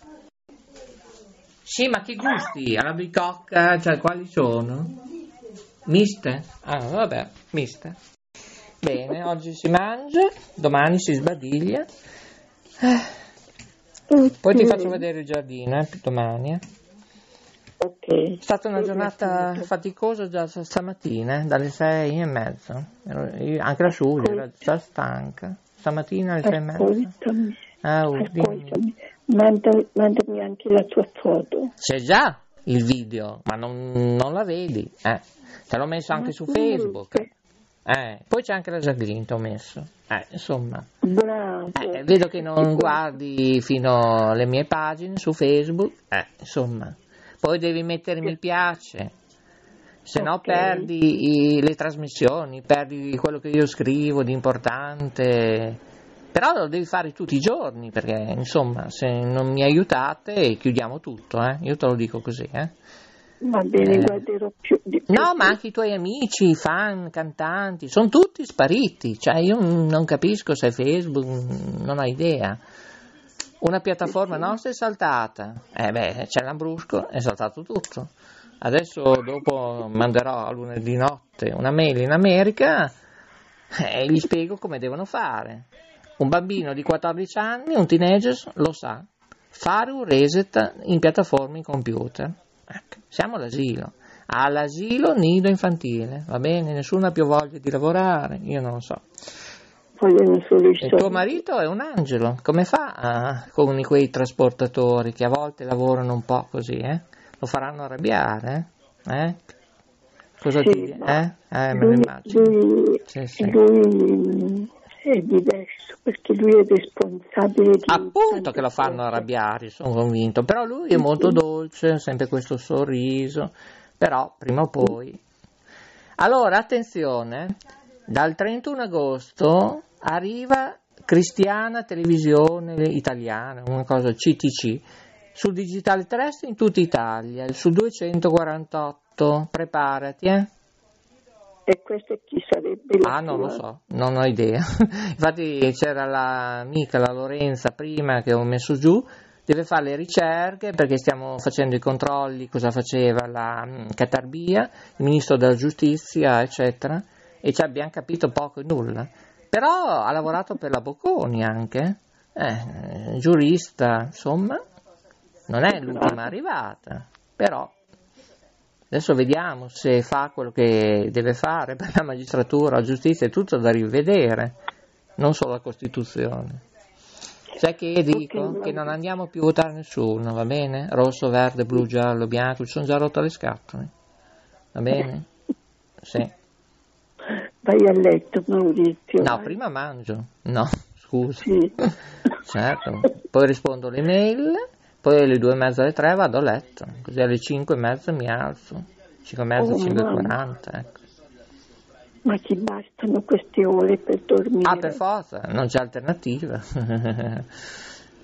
Sì, ma che gusti? Alla bicocca, cioè quali sono? Miste? Ah, vabbè, miste. Bene, oggi si mangia, domani si sbadiglia. Eh. Poi ti faccio vedere il giardino, eh, domani. Eh. Ok. È stata una giornata faticosa già stamattina, eh, dalle sei e mezza. Io, anche la Giulia era già stanca. Stamattina alle sei e mezza. Ascoltami, Ah, oh, ascoltami. Manda, mandami anche la tua foto. c'è già il video, ma non, non la vedi. Eh. Te l'ho messo anche su Facebook. Eh. Poi c'è anche la Jacqueline, ti ho messo. Eh, insomma. Bravo. Eh, vedo che non guardi fino alle mie pagine su Facebook. Eh, insomma. Poi devi mettere mi piace, se no Okay. perdi i- le trasmissioni, perdi quello che io scrivo di importante. Però lo devi fare tutti i giorni, perché insomma, se non mi aiutate chiudiamo tutto, eh? Io te lo dico così, eh? Va bene, Eh. guarderò più di più. No, ma anche i tuoi amici, i fan, cantanti, sono tutti spariti. Cioè, io non capisco se Facebook, non ho idea. Una piattaforma nostra è saltata. Eh beh, c'è l'Ambrusco, è saltato tutto. Adesso dopo manderò a lunedì notte una mail in America e gli spiego come devono fare. Un bambino di quattordici anni, un teenager, lo sa. Fare un reset in piattaforme in computer. Ecco, siamo all'asilo. All'asilo nido infantile, va bene? Nessuno ha più voglia di lavorare, io non lo so. Vogliono solo i Il soldi. tuo marito è un angelo, come fa ah, con quei trasportatori che a volte lavorano un po' così, eh? Lo faranno arrabbiare, eh? Eh? Cosa Sì, ti... ma eh? Eh, me lo Lui, immagino. lui, Sì, sì. lui è diverso perché lui è responsabile di Appunto tante che lo fanno cose. arrabbiare, sono convinto, però lui è molto dolce, sempre questo sorriso, però prima o poi. Allora, attenzione, dal trentuno agosto arriva Cristiana Televisione Italiana, una cosa C T C, sul digitale terrestre in tutta Italia, su duecentoquarantotto, preparati, eh. E questo chi sarebbe la Ah, non lo tua? so, non ho idea. Infatti c'era l'amica, la Lorenza, prima che ho messo giù, deve fare le ricerche perché stiamo facendo i controlli, cosa faceva la mm, Catarbia, il ministro della giustizia, eccetera, e ci abbiamo capito poco e nulla. Però ha lavorato per la Bocconi anche, eh, giurista, insomma, non è l'ultima arrivata, però adesso vediamo se fa quello che deve fare per la magistratura, la giustizia, è tutto da rivedere, non solo la Costituzione. Sai che dico? Che non andiamo più a votare nessuno, va bene? Rosso, verde, blu, giallo, bianco, ci sono già rotto le scatole, va bene? Sì. Vai a letto, Maurizio. No, vai. prima mangio. No, scusa. Sì. Certo. Poi rispondo alle mail, poi alle due e mezza, alle tre vado a letto, così alle cinque e mezza mi alzo. cinque e mezza, Oh, cinque e mamma. quaranta, ecco. Ma ti bastano queste ore per dormire? Ah, per forza, non c'è alternativa.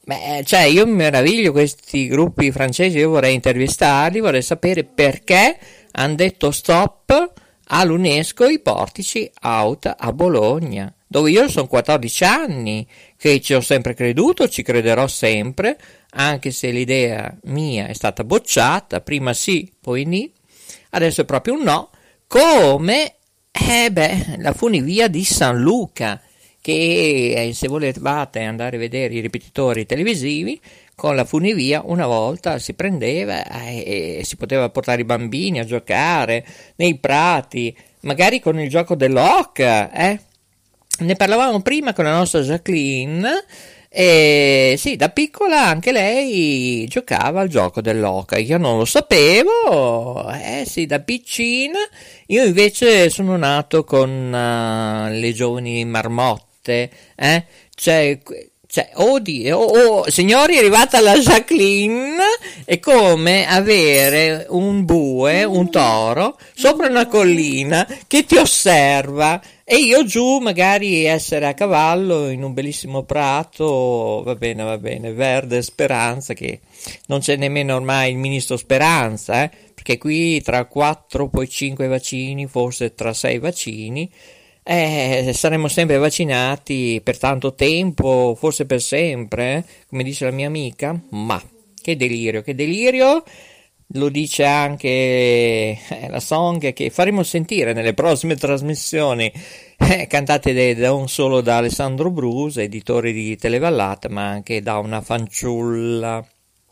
Beh, cioè io mi meraviglio questi gruppi francesi, io vorrei intervistarli, vorrei sapere perché hanno detto stop all'UNESCO i portici out a Bologna, dove io sono quattordici anni che ci ho sempre creduto, ci crederò sempre, anche se l'idea mia è stata bocciata, prima sì, poi ni, adesso è proprio un no, come eh beh, la funivia di San Luca, che eh, se volevate andare a vedere i ripetitori televisivi, con la funivia una volta si prendeva e, e si poteva portare i bambini a giocare nei prati, magari con il gioco dell'oca, eh? Ne parlavamo prima con la nostra Jacqueline, e sì, da piccola anche lei giocava al gioco dell'oca, io non lo sapevo, eh sì, da piccina. Io invece sono nato con uh, le giovani marmotte, eh? Cioè, cioè oddio, oh, oh, signori, è arrivata la Jacqueline, è come avere un bue, un toro, sopra una collina che ti osserva, e io giù magari essere a cavallo in un bellissimo prato, va bene, va bene, verde Speranza, che non c'è nemmeno ormai il ministro Speranza, eh? Perché qui tra quattro, poi cinque vaccini, forse tra sei vaccini, eh, saremo sempre vaccinati per tanto tempo, forse per sempre, eh? Come dice la mia amica. Ma che delirio, che delirio! Lo dice anche eh, la song che faremo sentire nelle prossime trasmissioni, eh, cantate de, da non solo da Alessandro Brusa, editore di Televallata, ma anche da una fanciulla.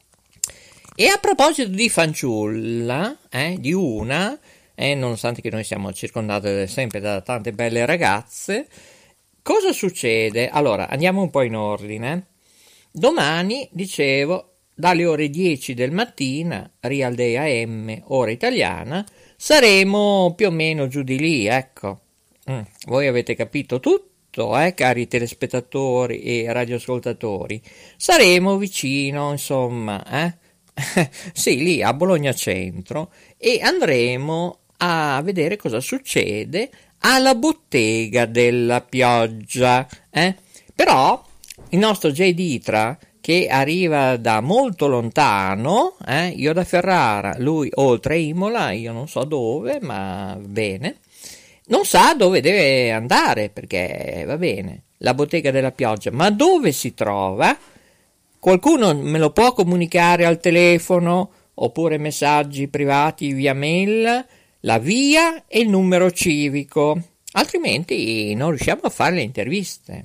E a proposito di fanciulla, eh, di una, eh, nonostante che noi siamo circondati sempre da tante belle ragazze, cosa succede? Allora, andiamo un po' in ordine. Domani, dicevo, dalle ore dieci del mattino, Real Day A M, ora italiana, saremo più o meno giù di lì, ecco. Mm, voi avete capito tutto, eh, cari telespettatori e radioascoltatori. Saremo vicino, insomma, eh? Sì, lì a Bologna Centro, e andremo a vedere cosa succede alla bottega della pioggia, eh? Però il nostro J. Ditra, che arriva da molto lontano, eh? Io da Ferrara, lui oltre Imola, io non so dove, ma bene, non sa dove deve andare, perché va bene, la bottega della pioggia, ma dove si trova? Qualcuno me lo può comunicare al telefono, oppure messaggi privati via mail, la via e il numero civico, altrimenti non riusciamo a fare le interviste.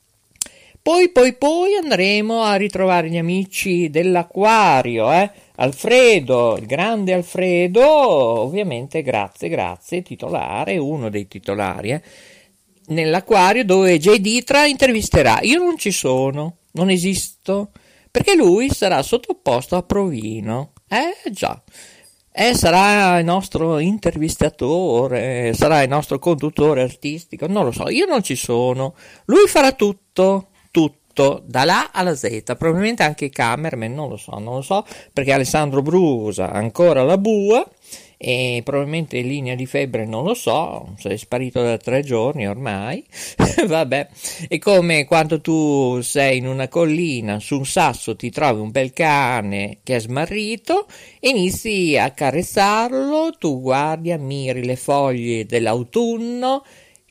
Poi, poi, poi andremo a ritrovare gli amici dell'acquario, eh? Alfredo, il grande Alfredo, ovviamente grazie, grazie, titolare, uno dei titolari, eh? Nell'acquario dove J. Ditra intervisterà. Io non ci sono, non esisto, perché lui sarà sottoposto a provino. Eh già, eh, sarà il nostro intervistatore, sarà il nostro conduttore artistico, non lo so, io non ci sono. Lui farà tutto. Tutto, dall'A alla Z, probabilmente anche i cameraman, non lo so, non lo so, perché Alessandro Brusa ancora la bua, e probabilmente in linea di febbre, non lo so, sei sparito da tre giorni ormai, vabbè, è come quando tu sei in una collina, su un sasso ti trovi un bel cane che è smarrito, inizi a carezzarlo, tu guardi, ammiri le foglie dell'autunno,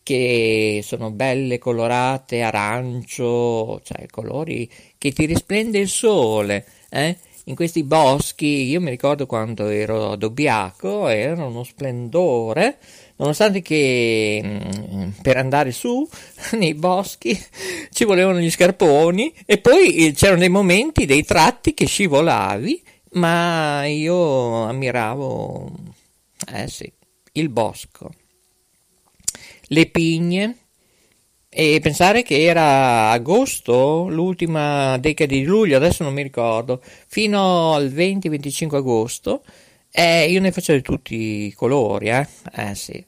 che sono belle colorate, arancio, cioè colori che ti risplende il sole, eh? In questi boschi, io mi ricordo quando ero ad Obbiaco, era uno splendore, nonostante che mh, per andare su nei boschi ci volevano gli scarponi, e poi c'erano dei momenti, dei tratti che scivolavi, ma io ammiravo, eh sì, il bosco, le pigne, e pensare che era agosto, l'ultima decade di luglio, adesso non mi ricordo, fino al venti venticinque agosto, e io ne facevo di tutti i colori, eh, eh sì.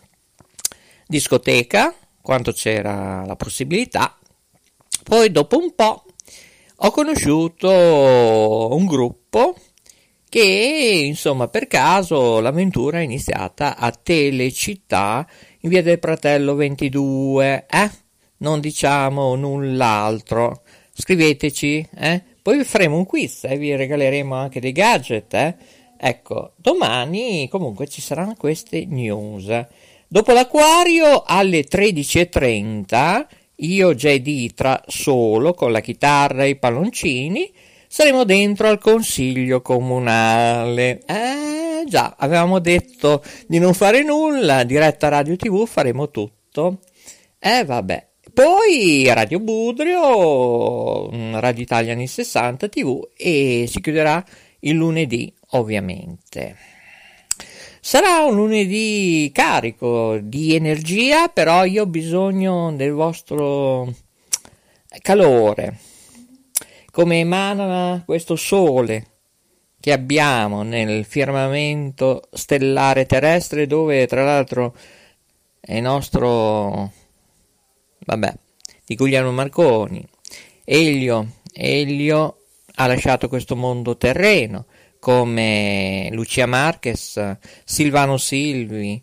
Discoteca, quanto c'era la possibilità. Poi dopo un po' ho conosciuto un gruppo che, insomma, per caso l'avventura è iniziata a Telecittà, in via del Pratello ventidue, eh? Non diciamo null'altro. scriveteci, eh? Poi faremo un quiz e eh? vi regaleremo anche dei gadget, eh? Ecco, domani comunque ci saranno queste news. Dopo l'acquario alle tredici e trenta, io, J D, tra solo con la chitarra e i palloncini, saremo dentro al consiglio comunale. Eh già, avevamo detto di non fare nulla, diretta Radio tivù, faremo tutto. Eh vabbè. Poi Radio Budrio, Radio Italia anni sessanta tivù e si chiuderà il lunedì, ovviamente. Sarà un lunedì carico di energia, però io ho bisogno del vostro calore. Come emana questo sole che abbiamo nel firmamento stellare terrestre, dove tra l'altro è il nostro, vabbè, di Guglielmo Marconi, Elio, Elio ha lasciato questo mondo terreno, come Lucia Marquez, Silvano Silvi,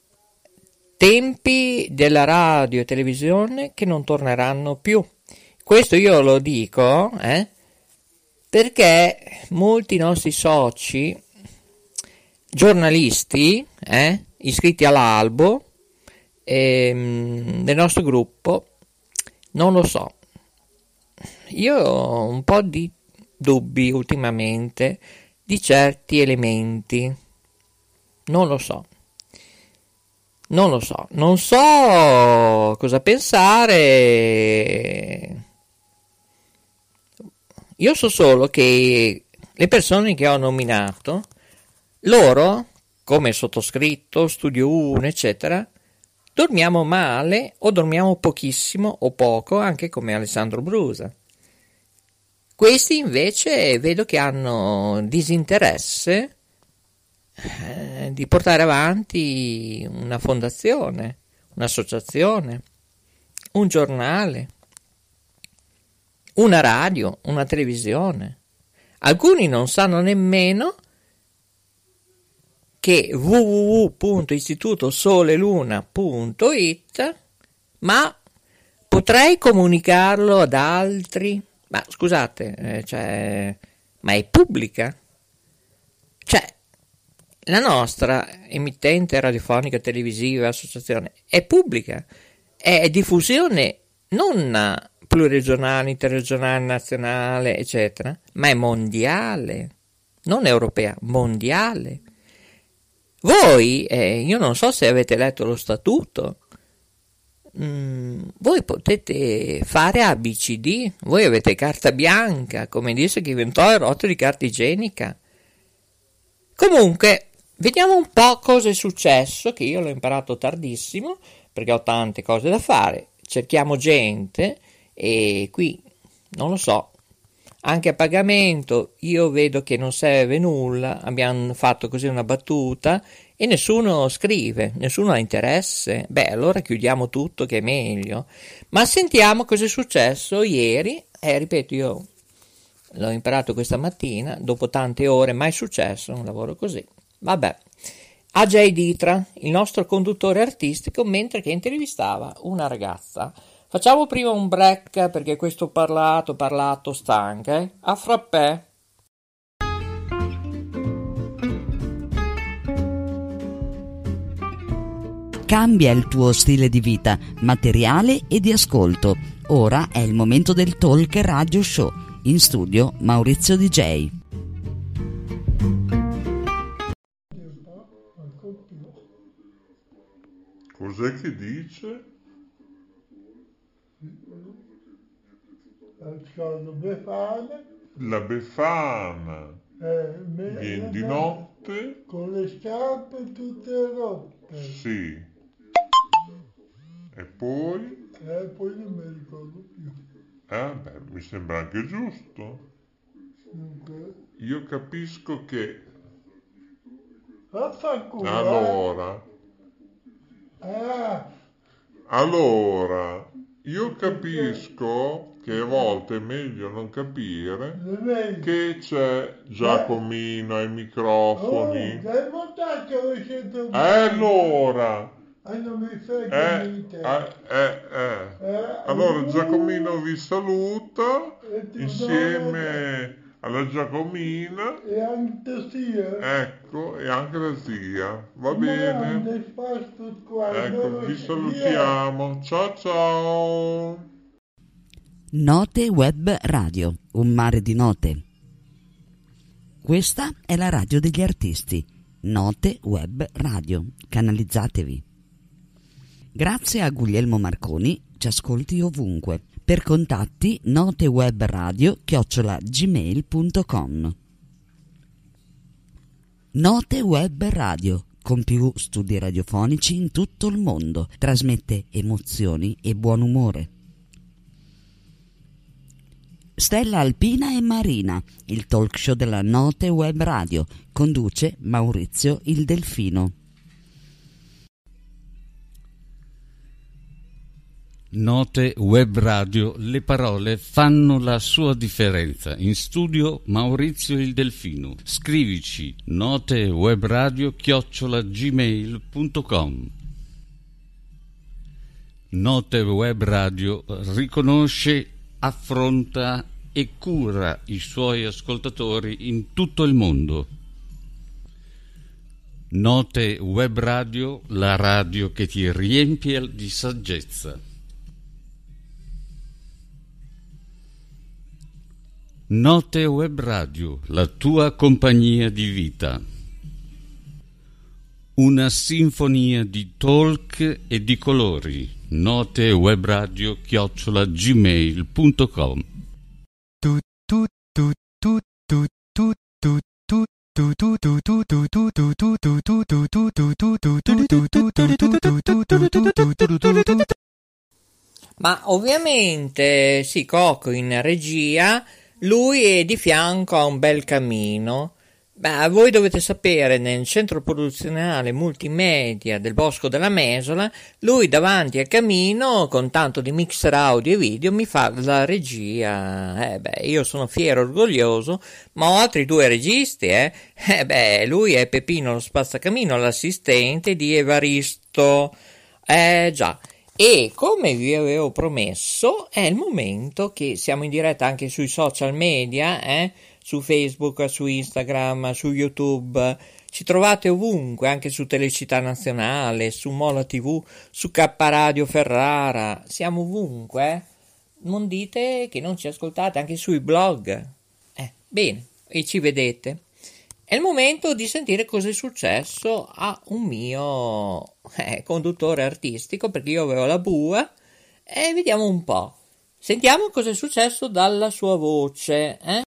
tempi della radio e televisione che non torneranno più. Questo io lo dico eh, perché molti nostri soci, giornalisti, eh, iscritti all'albo ehm, del nostro gruppo, non lo so. Io ho un po' di dubbi ultimamente di certi elementi, non lo so, non lo so, non so cosa pensare. Io so solo che le persone che ho nominato, loro, come sottoscritto, Studio uno, eccetera, dormiamo male o dormiamo pochissimo o poco, anche come Alessandro Brusa. Questi invece vedo che hanno disinteresse eh, di portare avanti una fondazione, un'associazione, un giornale, una radio, una televisione. Alcuni non sanno nemmeno che w w w punto istituto sole luna punto i t, ma potrei comunicarlo ad altri. Ma scusate, eh, cioè, ma è pubblica? Cioè, la nostra emittente radiofonica, televisiva, associazione è pubblica, è diffusione non pluriregionale, interregionale, nazionale, eccetera, ma è mondiale, non europea, mondiale. Voi, eh, io non so se avete letto lo statuto, Mm, voi potete fare A B C D, voi avete carta bianca, come disse chi inventò il rotolo di carta igienica. Comunque, vediamo un po' cosa è successo, che io l'ho imparato tardissimo, perché ho tante cose da fare. Cerchiamo gente, e qui, non lo so, anche a pagamento, io vedo che non serve nulla, abbiamo fatto così una battuta, e nessuno scrive, nessuno ha interesse. Beh, allora chiudiamo tutto, che è meglio. Ma sentiamo cosa è successo ieri. Eh, ripeto, io l'ho imparato questa mattina, dopo tante ore, mai successo un lavoro così. Vabbè. Ajay Ditra, il nostro conduttore artistico, mentre che intervistava una ragazza. Facciamo prima un break, perché questo parlato, parlato stanca, eh? A frappè. Cambia il tuo stile di vita, materiale e di ascolto. Ora è il momento del Talk Radio Show. In studio Maurizio D J. Cos'è che dice? Befana. La Befana. Eh, viene di notte. Con le scarpe tutte rotte. Sì. E poi? Eh, poi non mi ricordo più. Eh, beh, mi sembra anche giusto. Okay. Io capisco che... Vaffanculo. Allora... Ah. Allora, io capisco che a volte è meglio non capire che c'è Giacomino ai microfoni. Oh, dai montaggio, eh, allora... Ah, non mi fai Eh, niente. eh, eh, eh. Eh, Allora uh, Giacomino vi saluta e tu insieme alla Giacomina, e anche sia. ecco, e anche la zia. Va Ma bene? grande spazio qua, Ecco, dove vi si- salutiamo. Ciao ciao. Note Web Radio, un mare di note. Questa è la radio degli artisti. Note Web Radio, canalizzatevi. Grazie a Guglielmo Marconi, ci ascolti ovunque. Per contatti notewebradio chiocciola gmail punto com. Note Web Radio, con più studi radiofonici in tutto il mondo, trasmette emozioni e buon umore. Stella Alpina e Marina, il talk show della Note Web Radio, conduce Maurizio il Delfino. Note Web Radio, le parole fanno la sua differenza. In studio Maurizio il Delfino. Scrivici notewebradio chiocciola gmail punto com. Note Web Radio riconosce, affronta e cura i suoi ascoltatori in tutto il mondo. Note Web Radio, la radio che ti riempie di saggezza. Note Web Radio, la tua compagnia di vita. Una sinfonia di talk e di colori. Notewebradio chiocciola gmail punto com. Ma ovviamente sì, Coco in regia, lui è di fianco a un bel camino. Beh, voi dovete sapere, nel centro produzionale multimedia del Bosco della Mesola, lui davanti al camino, con tanto di mixer audio e video, mi fa la regia. Eh beh, io sono fiero, orgoglioso, ma ho altri due registi, eh. Eh beh, lui è Peppino lo Spazzacamino, l'assistente di Evaristo. Eh già. E come vi avevo promesso, è il momento che siamo in diretta anche sui social media, eh? Su Facebook, su Instagram, su YouTube, ci trovate ovunque, anche su Telecittà Nazionale, su Mola tivù, su K Radio Ferrara, siamo ovunque, eh? Non dite che non ci ascoltate anche sui blog. Eh, bene, e ci vedete. È il momento di sentire cosa è successo a un mio eh, conduttore artistico, perché io avevo la bua, e vediamo un po'. Sentiamo cosa è successo dalla sua voce, eh?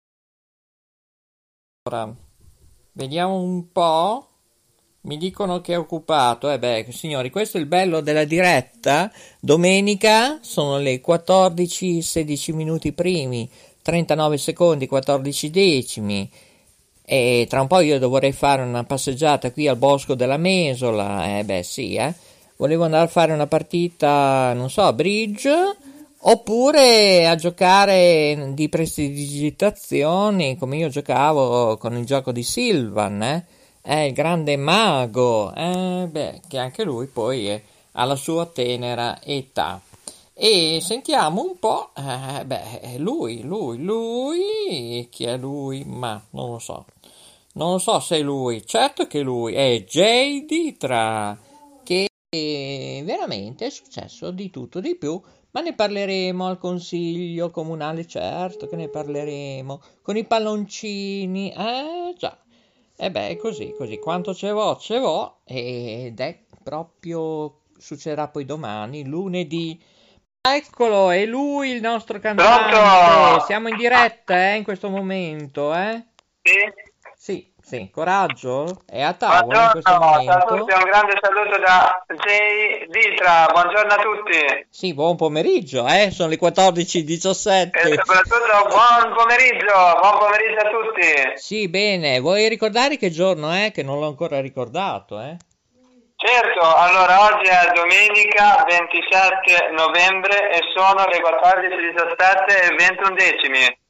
Ora, vediamo un po'. Mi dicono che è occupato. Eh beh, signori, questo è il bello della diretta. Domenica sono le quattordici sedici minuti primi, trentanove secondi, quattordici decimi. E tra un po' io dovrei fare una passeggiata qui al Bosco della Mesola. Eh beh, sì, eh. Volevo andare a fare una partita, non so, a bridge, oppure a giocare di prestidigitazioni, come io giocavo con il gioco di Silvan, eh? È il grande mago, eh? Beh, che anche lui poi è alla sua tenera età. E sentiamo un po', eh, beh, lui, lui, lui, chi è lui? Ma non lo so, non lo so se è lui, certo che lui, è Jay Ditra, che veramente è successo di tutto di più, ma ne parleremo al consiglio comunale, certo che ne parleremo, con i palloncini, eh già, e beh, così, così, quanto ce vo, ce vo, ed è proprio, succederà poi domani, lunedì. Eccolo, è lui il nostro cantante. Pronto? Siamo in diretta, eh, in questo momento, eh? Sì? Sì, sì, coraggio, è a tavola in questo Buongiorno, momento. saluti, un grande saluto da Jay Ditra, buongiorno a tutti. Sì, buon pomeriggio, eh, sono le quattordici e diciassette. E soprattutto buon pomeriggio, buon pomeriggio a tutti. Sì, bene, vuoi ricordare che giorno è? Che non l'ho ancora ricordato, eh? Certo, allora oggi è domenica ventisette novembre e sono le quattordici e diciassette e ventuno decimi.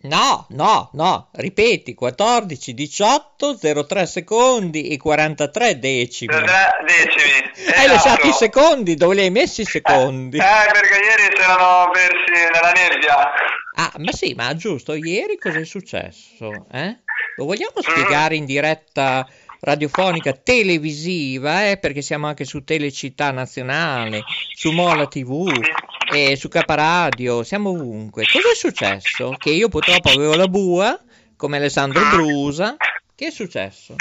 No, no, no, ripeti, quattordici, diciotto, zero tre secondi e quarantatré decimi. zero tre decimi. Hai esatto. lasciato i secondi, dove li hai messi i secondi? Eh, perché ieri si erano persi nella nebbia. Ah, ma sì, ma giusto, ieri cosa è successo? Eh? Lo vogliamo spiegare in diretta radiofonica televisiva, eh? Perché siamo anche su Telecittà Nazionale, su Mola tivù, e su K Radio, siamo ovunque. Cosa è successo? Che io purtroppo avevo la bua, come Alessandro Brusa. Che è successo?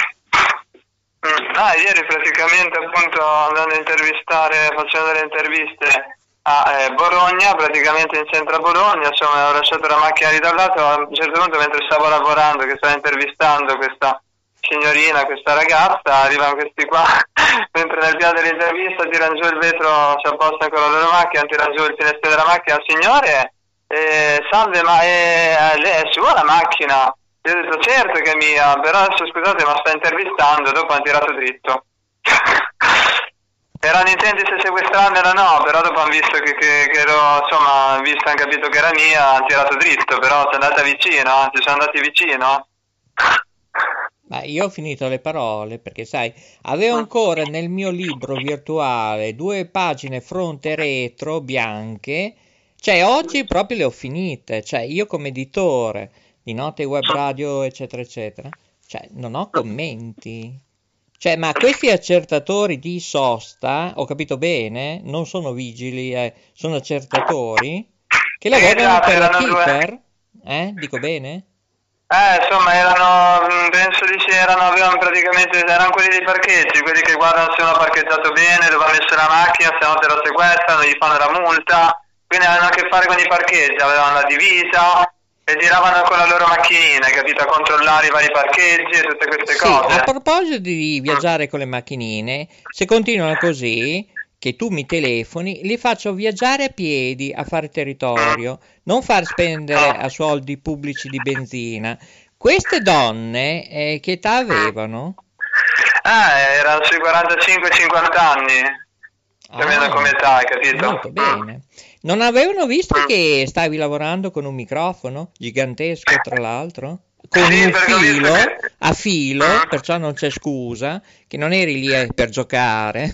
Ah, ieri praticamente appunto andando a intervistare, facendo delle interviste a eh, Bologna, praticamente in centro a Bologna, insomma ho lasciato la macchina lì da un lato, a un certo punto mentre stavo lavorando, che stavo intervistando questa signorina, questa ragazza, arrivano questi qua, mentre nel piano dell'intervista tirano giù il vetro, si appostano con la loro macchina, tirano giù il finestrino della macchina, signore, eh, salve, ma è, è sua la macchina? Io ho detto certo che è mia, però adesso scusate ma sta intervistando, dopo hanno tirato dritto. Erano intenti se sequestrarmela no, però dopo hanno visto che, che, che ero, insomma, visto, hanno capito che era mia, hanno tirato dritto, però sono andata vicino, ci sono andati vicino. Ma io ho finito le parole perché, sai, avevo ancora nel mio libro virtuale due pagine fronte e retro bianche, cioè oggi proprio le ho finite, cioè io come editore di Note Web Radio, eccetera, eccetera, cioè non ho commenti. Cioè, ma questi accertatori di sosta, ho capito bene, non sono vigili, eh, sono accertatori che lavorano per la Keeper, eh? Dico bene? Eh, insomma, erano, penso di sì, erano, avevano praticamente, erano quelli dei parcheggi, quelli che guardano se uno ha parcheggiato bene, dove ha messo la macchina, se no te la sequestrano, gli fanno la multa, quindi avevano a che fare con i parcheggi, avevano la divisa e giravano con la loro macchinina, capito, a controllare i vari parcheggi e tutte queste sì, cose. A proposito di viaggiare con le macchinine, se continuano così, che tu mi telefoni, li faccio viaggiare a piedi a fare territorio, non far spendere a soldi pubblici di benzina. Queste donne eh, che età avevano? Eh, erano sui quarantacinque cinquanta anni, più o meno come età, hai capito? Molto bene. Non avevano visto che stavi lavorando con un microfono gigantesco, tra l'altro? Con sì, un filo, che... a filo, perciò non c'è scusa, che non eri lì eh, per giocare.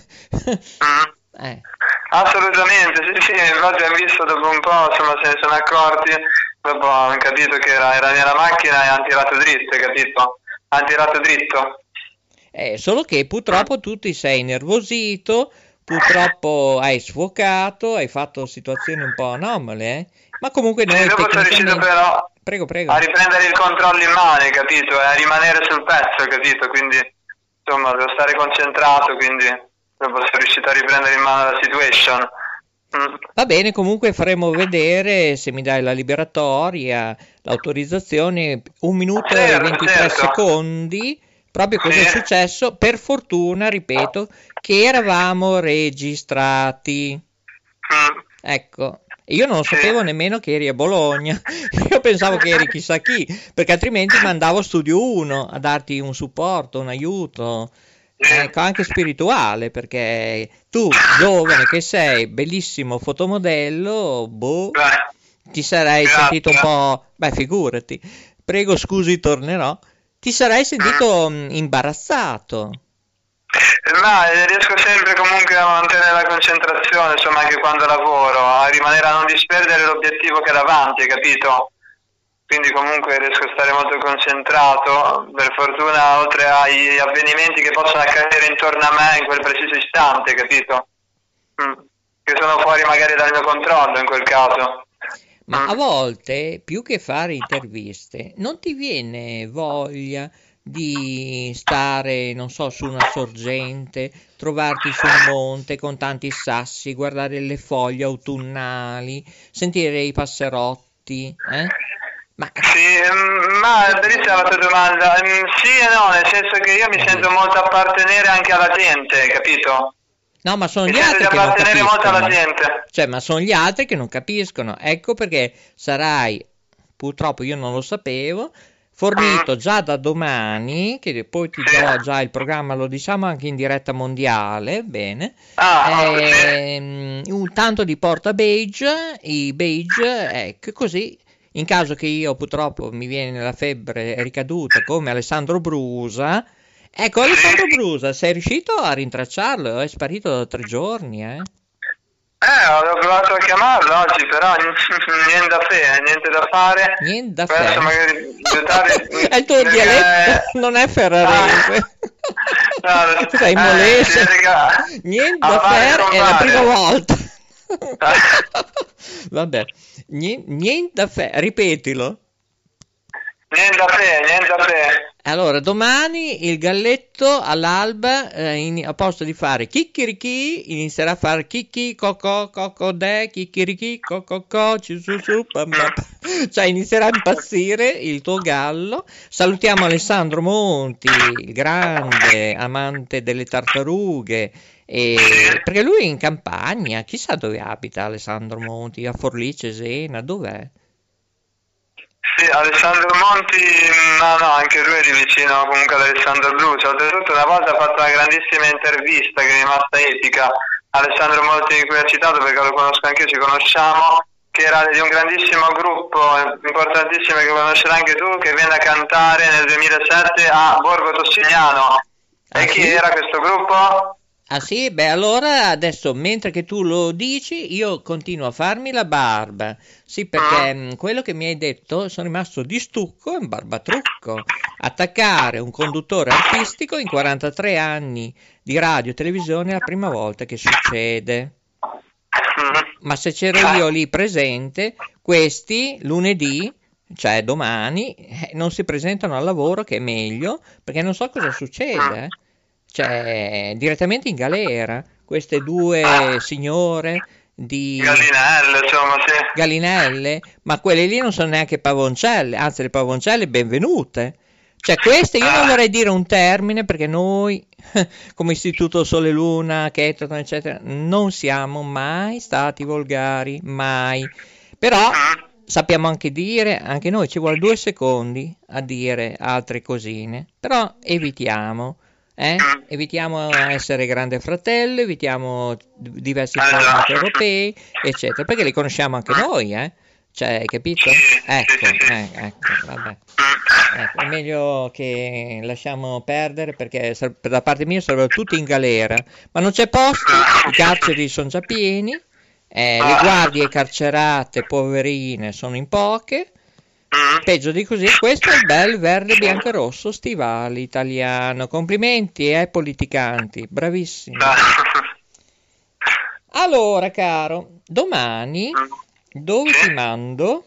eh. Assolutamente, sì, sì, infatti hanno visto dopo un po', insomma, se ne sono accorti, dopo hanno capito che era, era nella macchina e hanno tirato dritto, hai capito? Hanno tirato dritto. Eh, solo che purtroppo tu ti sei innervosito, purtroppo hai sfocato, hai fatto situazioni un po' anomale, eh? Ma comunque noi sì, dopo sono riuscito però prego, prego. a riprendere il controllo in mano, hai capito? E a rimanere sul pezzo, capito? Quindi, insomma, devo stare concentrato, quindi dopo sono riuscito a riprendere in mano la situation. Mm. Va bene, comunque faremo vedere, se mi dai la liberatoria, l'autorizzazione, un minuto certo, e ventitré certo. secondi, proprio cosa sì. è successo. Per fortuna, ripeto, che eravamo registrati. Mm. Ecco. Io non sapevo nemmeno che eri a Bologna, io pensavo che eri chissà chi, perché altrimenti mandavo Studio uno a darti un supporto, un aiuto, ecco, anche spirituale, perché tu, giovane che sei, bellissimo fotomodello, boh, ti sarei sentito un po', beh figurati, prego scusi tornerò, ti sarei sentito imbarazzato. Ma riesco sempre comunque a mantenere la concentrazione, insomma, anche quando lavoro, a rimanere, a non disperdere l'obiettivo che è davanti, capito? Quindi comunque riesco a stare molto concentrato, per fortuna, oltre agli avvenimenti che possono accadere intorno a me in quel preciso istante, capito? Mm. Che sono fuori magari dal mio controllo in quel caso. Ma mm. a volte, più che fare interviste, non ti viene voglia di stare, non so, su una sorgente, trovarti su un monte con tanti sassi, guardare le foglie autunnali, sentire i passerotti, eh? Ma... Sì, ma è bellissima la tua domanda. Sì e no, nel senso che io mi sento molto appartenere anche alla gente, capito? No, ma sono mi gli altri che non capiscono. Molto alla gente. Cioè, ma sono gli altri che non capiscono. Ecco perché sarai, purtroppo io non lo sapevo, fornito già da domani, che poi ti do già il programma, lo diciamo anche in diretta mondiale, bene, ah, ehm, un tanto di porta beige, i beige, ecco, così in caso che io purtroppo mi viene la febbre ricaduta come Alessandro Brusa. Ecco, Alessandro Brusa, sei riuscito a rintracciarlo? È sparito da tre giorni, eh? Eh, ho provato a chiamarlo oggi, però niente da fare, niente da fare. Niente da Penso fare. magari di aiutare. È il tuo dialetto, non è ferrarese. No, Tu sei eh, molese. sì, raga. Niente A da fare fare, con è la mare. prima volta. Vabbè, Nien- niente da fare, ripetilo. Niente da fare, niente da fare. Allora, domani il galletto all'alba, eh, in- a posto di fare chicchirichi, inizierà a fare chicchi, cocò, cocodè, chicchirichi, cococò, ci su su, pam, pam. Cioè inizierà a impazzire il tuo gallo. Salutiamo Alessandro Monti, il grande amante delle tartarughe, e- perché lui è in campagna, chissà dove abita Alessandro Monti, a Forlì, Cesena, dov'è? Sì, Alessandro Monti, no, no, anche lui è di vicino comunque ad Alessandro Brusa. Oltretutto una volta ha fatto una grandissima intervista che è rimasta epica. Alessandro Monti di cui ha citato, perché lo conosco anche io, ci conosciamo, che era di un grandissimo gruppo, importantissimo, che conoscerai anche tu, che venne a cantare nel duemilasette a Borgo Tossignano. Ah, E chi sì? era questo gruppo? Ah sì? Beh, allora adesso mentre che tu lo dici io continuo a farmi la barba. Sì, perché mh, quello che mi hai detto sono rimasto di stucco e in barbatrucco. Attaccare un conduttore artistico in quarantatré anni di radio e televisione è la prima volta che succede. Ma se c'ero io lì presente, questi lunedì, cioè domani, eh, non si presentano al lavoro, che è meglio, perché non so cosa succede, eh. Cioè, direttamente in galera, queste due signore di Gallinelle, insomma, sì. gallinelle, ma quelle lì non sono neanche pavoncelle, anzi le pavoncelle benvenute. Cioè queste io non vorrei dire un termine perché noi come Istituto Sole Luna, Kettleton eccetera non siamo mai stati volgari, mai. Però sappiamo anche dire, anche noi ci vuole due secondi a dire altre cosine, però evitiamo. Eh? Evitiamo essere grande fratello, evitiamo d- diversi format europei, eccetera, perché li conosciamo anche noi, eh? Cioè, capito? Ecco, eh, ecco, vabbè. Ecco, è meglio che lasciamo perdere perché sar- per da parte mia sarebbero tutti in galera, ma non c'è posto, i carceri sono già pieni, eh, le guardie carcerate, poverine, sono in poche. Peggio di così, questo è il bel verde, bianco e rosso stivale italiano. Complimenti ai politicanti, bravissimi. Allora, caro, domani dove ti mando?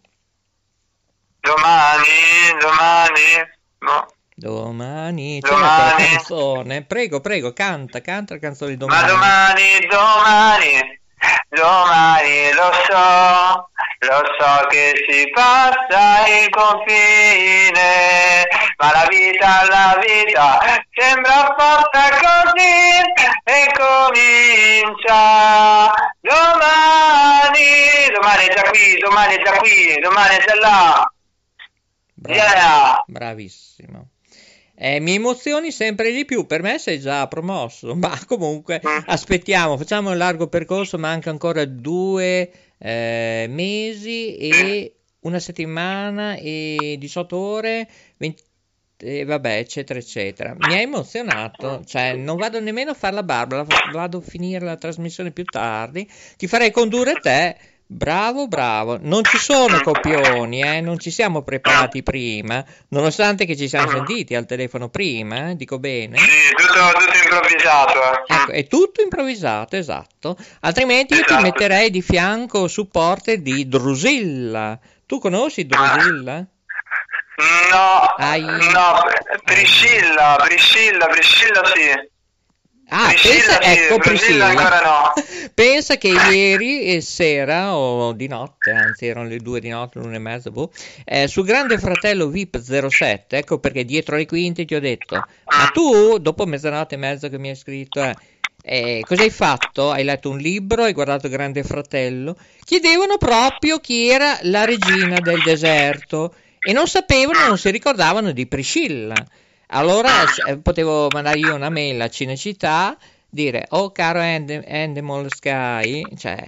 Domani, domani, no. Domani, c'è Domani. la canzone. Prego, prego, canta, canta la canzone di Ma domani. domani, domani, domani lo so, lo so che si passa il confine, ma la vita, la vita sembra fatta così e comincia domani, domani è già qui, domani è già qui, domani è già là. Yeah. Bravissimo. Eh, mi emozioni sempre di più, per me sei già promosso, ma comunque aspettiamo, facciamo un largo percorso, manca ancora due eh, mesi e una settimana e diciotto ore, venti, e vabbè, eccetera, eccetera. Mi ha emozionato, cioè non vado nemmeno a fare la barba, la fa- vado a finire la trasmissione più tardi, ti farei condurre te. Bravo, bravo, non ci sono copioni, eh? Non ci siamo preparati prima, nonostante che ci siamo sentiti al telefono prima, eh? Dico bene? Sì, tutto, tutto improvvisato. Eh. Ecco, è tutto improvvisato, esatto, altrimenti io ti Esatto. metterei di fianco supporter di Drusilla. Tu conosci Drusilla? No, Hai- no, Priscilla, Priscilla, Priscilla sì. Ah, Priscilla pensa, sì, ecco Priscilla Priscilla, ancora no. pensa che ieri sera o di notte, anzi erano le due di notte, l'una e mezza, boh, eh, su Grande Fratello V I P zero sette, ecco perché dietro le quinte ti ho detto, ma tu dopo mezzanotte e mezza che mi hai scritto, eh, eh, cosa hai fatto? Hai letto un libro, hai guardato Grande Fratello? Chiedevano proprio chi era la regina del deserto e non sapevano, non si ricordavano di Priscilla. Allora eh, potevo mandare io una mail a Cinecittà, dire oh caro End- Endemol Sky, cioè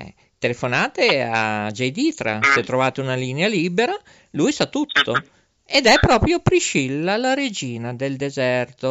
telefonate a J D Tra, se trovate una linea libera, lui sa tutto. Ed è proprio Priscilla, la regina del deserto.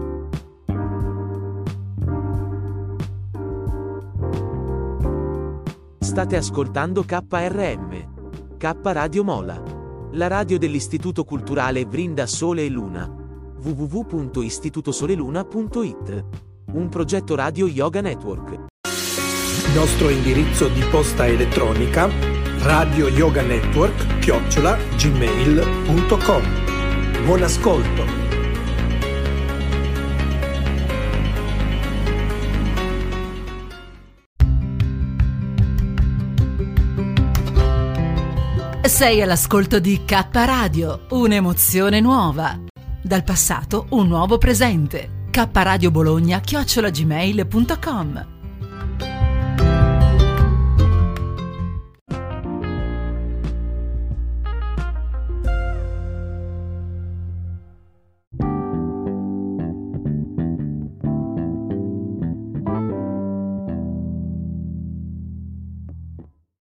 State ascoltando K R M, K Radio Mola, la radio dell'Istituto Culturale Vrinda Sole e Luna. w w w punto istituto sole luna punto i t. Un progetto Radio Yoga Network. Nostro indirizzo di posta elettronica radio yoga network chiocciola gmail punto com. Buon ascolto. Sei all'ascolto di K Radio, un'emozione nuova. Dal passato un nuovo presente. K Radio Bologna chiocciola gmail punto com.